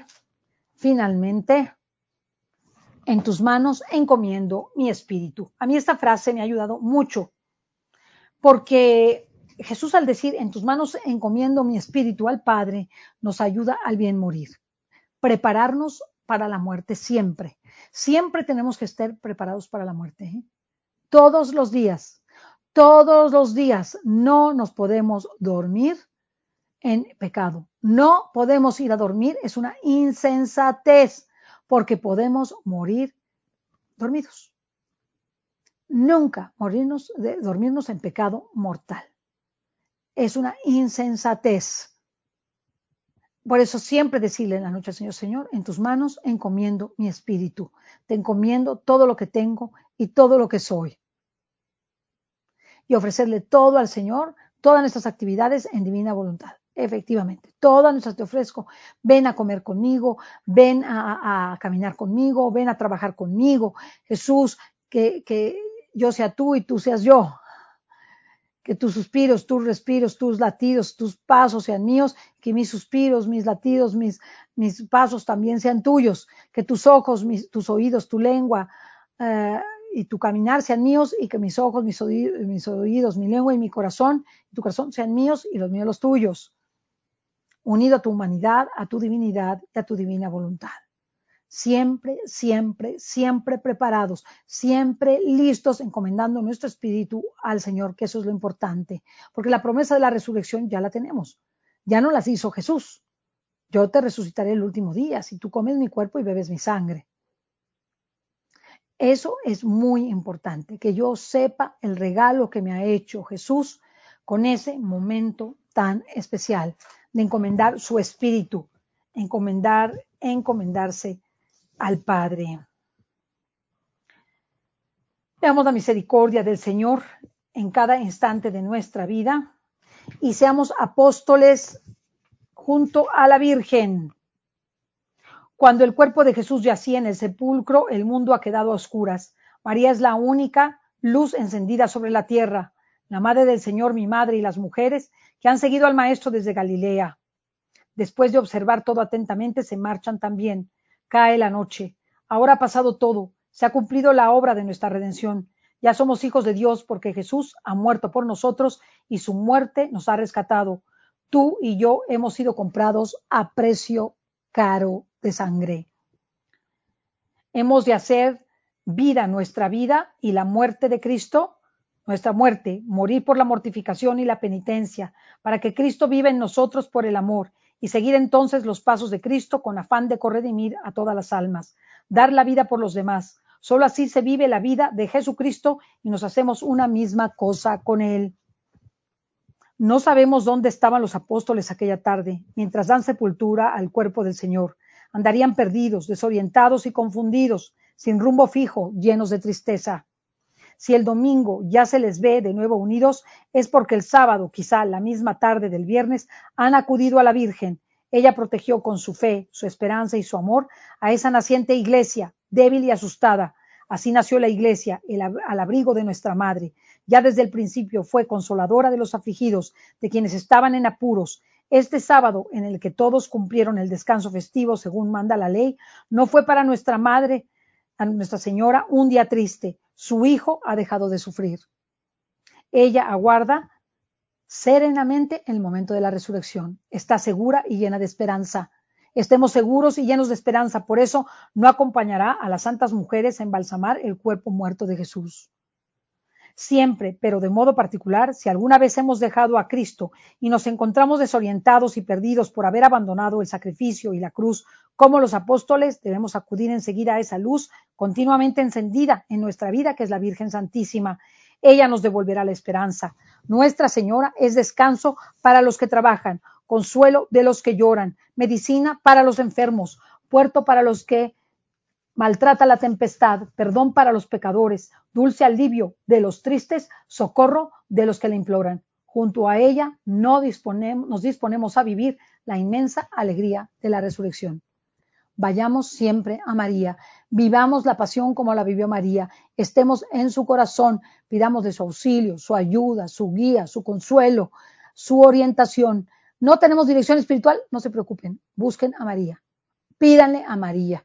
en tus manos encomiendo mi espíritu. A mí esta frase me ha ayudado mucho, porque Jesús al decir en tus manos encomiendo mi espíritu al Padre, nos ayuda al bien morir. Prepararnos para la muerte siempre. Siempre tenemos que estar preparados para la muerte. ¿Eh? Todos los días no nos podemos dormir en pecado. No podemos ir a dormir, es una insensatez, porque podemos morir dormidos. Nunca dormirnos en pecado mortal. Es una insensatez. Por eso siempre decirle en la noche al Señor, Señor, en tus manos encomiendo mi espíritu. Te encomiendo todo lo que tengo y todo lo que soy. y ofrecerle todo al Señor, todas nuestras actividades en divina voluntad. Efectivamente, todas nuestras te ofrezco. Ven a comer conmigo, ven a caminar conmigo, ven a trabajar conmigo. Jesús, que yo sea tú y tú seas yo. Que tus suspiros, tus respiros, tus latidos, tus pasos sean míos, que mis suspiros, mis latidos, mis pasos también sean tuyos, que tus ojos, tus oídos, tu lengua y tu caminar sean míos, y que mis ojos, mis oídos, mi lengua y mi corazón, y tu corazón sean míos y los míos los tuyos, unido a tu humanidad, a tu divinidad y a tu divina voluntad. Siempre, siempre, siempre preparados, siempre listos, encomendando nuestro espíritu al Señor, que eso es lo importante, porque la promesa de la resurrección ya la tenemos, ya no las hizo Jesús. Yo te resucitaré el último día si tú comes mi cuerpo y bebes mi sangre. Eso es muy importante, que yo sepa el regalo que me ha hecho Jesús con ese momento tan especial de encomendar su espíritu, encomendarse al Padre. Veamos la misericordia del Señor en cada instante de nuestra vida y seamos apóstoles junto a la Virgen. Cuando el cuerpo de Jesús yacía en el sepulcro, el mundo ha quedado a oscuras. María es la única luz encendida sobre la tierra, la madre del Señor, mi madre, y las mujeres que han seguido al Maestro desde Galilea. Después de observar todo atentamente, se marchan también. Cae la noche. Ahora ha pasado todo. Se ha cumplido la obra de nuestra redención. Ya somos hijos de Dios porque Jesús ha muerto por nosotros y su muerte nos ha rescatado. Tú y yo hemos sido comprados a precio caro de sangre. Hemos de hacer vida nuestra vida y la muerte de Cristo, nuestra muerte, morir por la mortificación y la penitencia, para que Cristo viva en nosotros por el amor y seguir entonces los pasos de Cristo con afán de corredimir a todas las almas, dar la vida por los demás. Solo así se vive la vida de Jesucristo y nos hacemos una misma cosa con Él. No sabemos dónde estaban los apóstoles aquella tarde, mientras dan sepultura al cuerpo del Señor. Andarían perdidos, desorientados y confundidos, sin rumbo fijo, llenos de tristeza. Si el domingo ya se les ve de nuevo unidos, es porque el sábado, quizá la misma tarde del viernes, han acudido a la Virgen. Ella protegió con su fe, su esperanza y su amor a esa naciente iglesia, débil y asustada. Así nació la iglesia, al abrigo de nuestra madre. Ya desde el principio fue consoladora de los afligidos, de quienes estaban en apuros. Este sábado, en el que todos cumplieron el descanso festivo según manda la ley, no fue para nuestra madre, a Nuestra Señora, un día triste. Su hijo ha dejado de sufrir. Ella aguarda serenamente el momento de la resurrección. Está segura y llena de esperanza. Estemos seguros y llenos de esperanza. Por eso no acompañará a las santas mujeres a embalsamar el cuerpo muerto de Jesús. Siempre, pero de modo particular, si alguna vez hemos dejado a Cristo y nos encontramos desorientados y perdidos por haber abandonado el sacrificio y la cruz, como los apóstoles, debemos acudir enseguida a esa luz continuamente encendida en nuestra vida, que es la Virgen Santísima. Ella nos devolverá la esperanza. Nuestra Señora es descanso para los que trabajan, consuelo de los que lloran, medicina para los enfermos, puerto para los que maltrata la tempestad, perdón para los pecadores, dulce alivio de los tristes, socorro de los que la imploran. Junto a ella nos disponemos a vivir la inmensa alegría de la resurrección. Vayamos siempre a María, vivamos la pasión como la vivió María, estemos en su corazón, pidamos de su auxilio, su ayuda, su guía, su consuelo, su orientación. No tenemos dirección espiritual, no se preocupen, busquen a María, pídanle a María.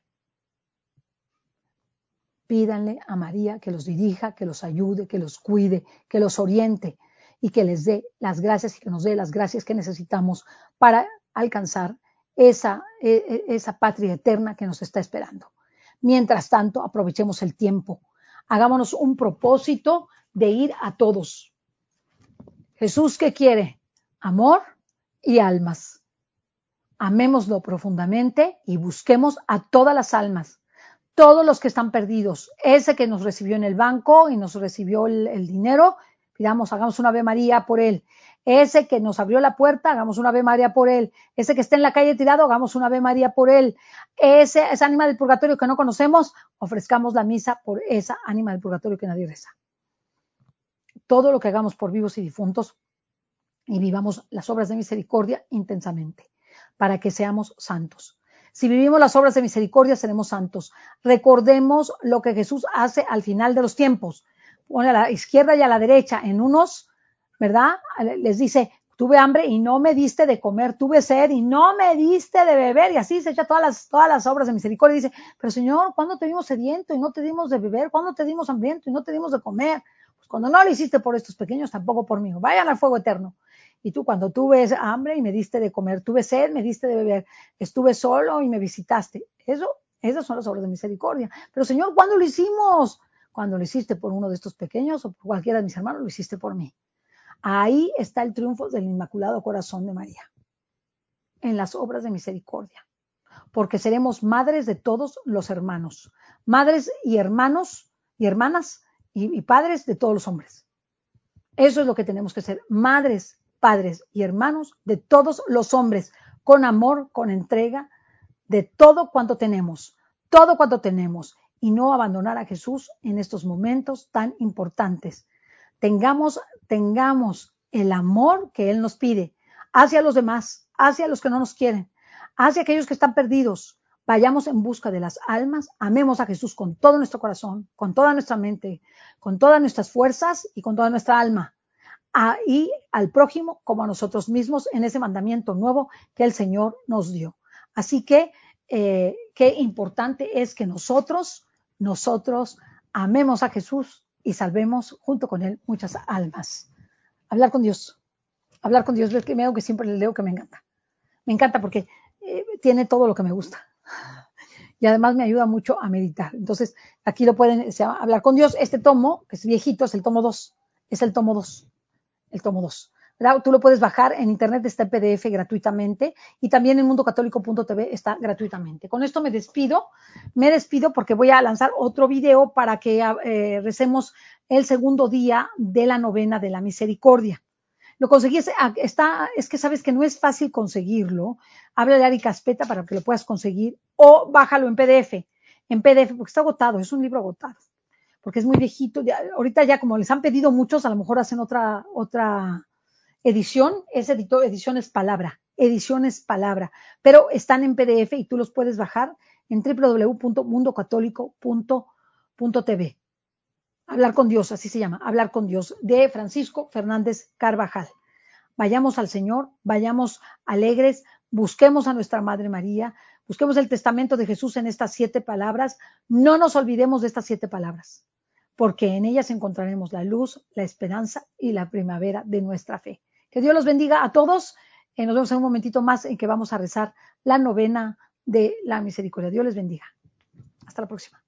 Pídanle a María que los dirija, que los ayude, que los cuide, que los oriente y que les dé las gracias y que nos dé las gracias que necesitamos para alcanzar esa patria eterna que nos está esperando. Mientras tanto, aprovechemos el tiempo. Hagámonos un propósito de ir a todos. Jesús, ¿qué quiere? Amor y almas. Amémoslo profundamente y busquemos a todas las almas. Todos los que están perdidos, ese que nos recibió en el banco y nos recibió el dinero, hagamos una Ave María por él. Ese que nos abrió la puerta, hagamos una Ave María por él. Ese que está en la calle tirado, hagamos una Ave María por él. Esa ánima del purgatorio que no conocemos, ofrezcamos la misa por esa ánima del purgatorio que nadie reza. todo lo que hagamos por vivos y difuntos y vivamos las obras de misericordia intensamente, para que seamos santos. Si vivimos las obras de misericordia, seremos santos. Recordemos lo que Jesús hace al final de los tiempos. Pone a la izquierda y a la derecha en unos, ¿verdad? Les dice, tuve hambre y no me diste de comer, tuve sed y no me diste de beber, y así se echa todas las obras de misericordia. Y dice, pero Señor, ¿cuándo te dimos sediento y no te dimos de beber? ¿Cuándo te dimos hambriento y no te dimos de comer? Pues cuando no lo hiciste por estos pequeños, tampoco por mí. Vayan al fuego eterno. Y tú cuando tuve hambre y me diste de comer, tuve sed, me diste de beber, estuve solo y me visitaste. Esas son las obras de misericordia. Pero Señor, ¿cuándo lo hicimos? Cuando lo hiciste por uno de estos pequeños o por cualquiera de mis hermanos, lo hiciste por mí. Ahí está el triunfo del Inmaculado Corazón de María, en las obras de misericordia, porque seremos madres de todos los hermanos, madres y hermanos y hermanas y padres de todos los hombres. Eso es lo que tenemos que ser, madres, padres y hermanos de todos los hombres, con amor, con entrega, de todo cuanto tenemos, y no abandonar a Jesús en estos momentos tan importantes. Tengamos el amor que Él nos pide hacia los demás, hacia los que no nos quieren, hacia aquellos que están perdidos. Vayamos en busca de las almas, amemos a Jesús con todo nuestro corazón, con toda nuestra mente, con todas nuestras fuerzas y con toda nuestra alma. Y al prójimo como a nosotros mismos en ese mandamiento nuevo que el Señor nos dio. Así que qué importante es que nosotros amemos a Jesús y salvemos junto con Él muchas almas. Hablar con Dios, ves que me hago que siempre le leo que me encanta. Me encanta porque tiene todo lo que me gusta. Y además me ayuda mucho a meditar. Entonces, aquí lo pueden, se llama Hablar con Dios. Este tomo, que es viejito, es el tomo 2. Es el tomo 2. El tomo 2. ¿Verdad? Tú lo puedes bajar en internet, está en PDF gratuitamente y también en mundocatólico.tv está gratuitamente. Con esto me despido porque voy a lanzar otro video para que recemos el segundo día de la novena de la misericordia. Lo conseguí, es que sabes que no es fácil conseguirlo. Háblale a Ari Caspeta para que lo puedas conseguir o bájalo en PDF, porque está agotado, es un libro agotado, porque es muy viejito. Ahorita ya como les han pedido muchos, a lo mejor hacen otra edición, ediciones palabra, pero están en PDF y tú los puedes bajar en www.mundocatólico.tv. Hablar con Dios, así se llama, Hablar con Dios, de Francisco Fernández Carvajal. Vayamos al Señor, vayamos alegres, busquemos a nuestra Madre María, busquemos el testamento de Jesús en estas 7 palabras, no nos olvidemos de estas 7 palabras, porque en ellas encontraremos la luz, la esperanza y la primavera de nuestra fe. Que Dios los bendiga a todos. Nos vemos en un momentito más en que vamos a rezar la novena de la misericordia. Dios les bendiga. Hasta la próxima.